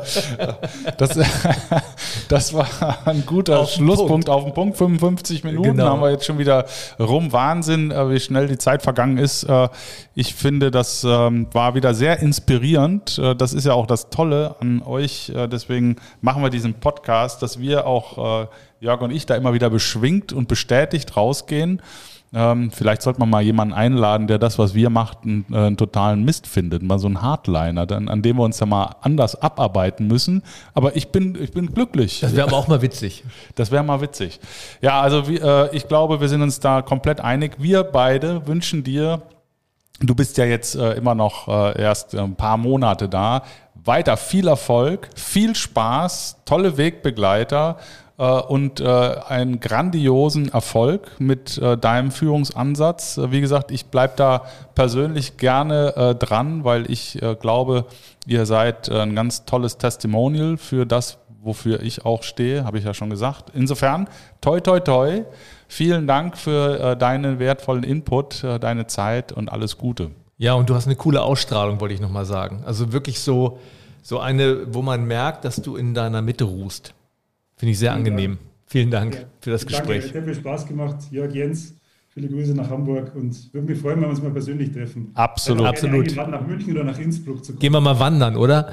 Das war ein guter Schlusspunkt auf den Punkt. 55 Minuten haben wir jetzt schon wieder rum. Wahnsinn, wie schnell die Zeit vergangen ist. Ich finde, das war wieder sehr inspirierend. Das ist ja auch das Tolle an euch. Deswegen machen wir diesen Podcast, dass wir auch, Jörg und ich, da immer wieder beschwingt und bestätigt rausgehen. Vielleicht sollte man mal jemanden einladen, der das, was wir machen, einen totalen Mist findet. Mal so einen Hardliner, an dem wir uns ja mal anders abarbeiten müssen. Aber ich bin glücklich. Das wäre aber auch mal witzig. Das wäre mal witzig. Ja, also ich glaube, wir sind uns da komplett einig. Wir beide wünschen dir, du bist ja jetzt immer noch erst ein paar Monate da, weiter viel Erfolg, viel Spaß, tolle Wegbegleiter und einen grandiosen Erfolg mit deinem Führungsansatz. Wie gesagt, ich bleibe da persönlich gerne dran, weil ich glaube, ihr seid ein ganz tolles Testimonial für das, wofür ich auch stehe, habe ich ja schon gesagt. Insofern, toi, toi, toi, vielen Dank für deinen wertvollen Input, deine Zeit und alles Gute. Ja, und du hast eine coole Ausstrahlung, wollte ich nochmal sagen. Also wirklich so eine, wo man merkt, dass du in deiner Mitte ruhst. Finde ich sehr angenehm. Vielen Dank für das Gespräch. Danke, es hat mir Spaß gemacht. Jörg, Jens, viele Grüße nach Hamburg und würde mich freuen, wenn wir uns mal persönlich treffen. Absolut. Absolut. Nach München oder nach Innsbruck zu kommen. Gehen wir mal wandern, oder?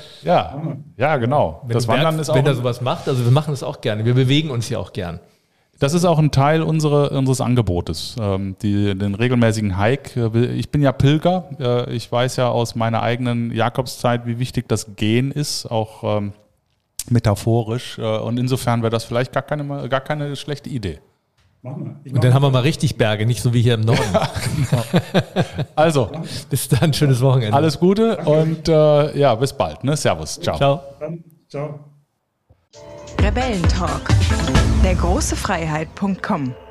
Ja, genau. Das Wandern ist auch. Wenn er sowas macht, also wir machen das auch gerne. Wir bewegen uns ja auch gern. Das ist auch ein Teil unseres Angebotes, den regelmäßigen Hike. Ich bin ja Pilger. Ich weiß ja aus meiner eigenen Jakobszeit, wie wichtig das Gehen ist, auch metaphorisch. Und insofern wäre das vielleicht gar keine schlechte Idee. Machen wir. Und dann haben wir mal richtig Berge, nicht so wie hier im Norden. Ja, genau. Also, bis dann, schönes Wochenende. Alles Gute und bis bald. Ne? Servus. Ciao. Ciao. Ciao. Rebellentalk. Der große Freiheit.com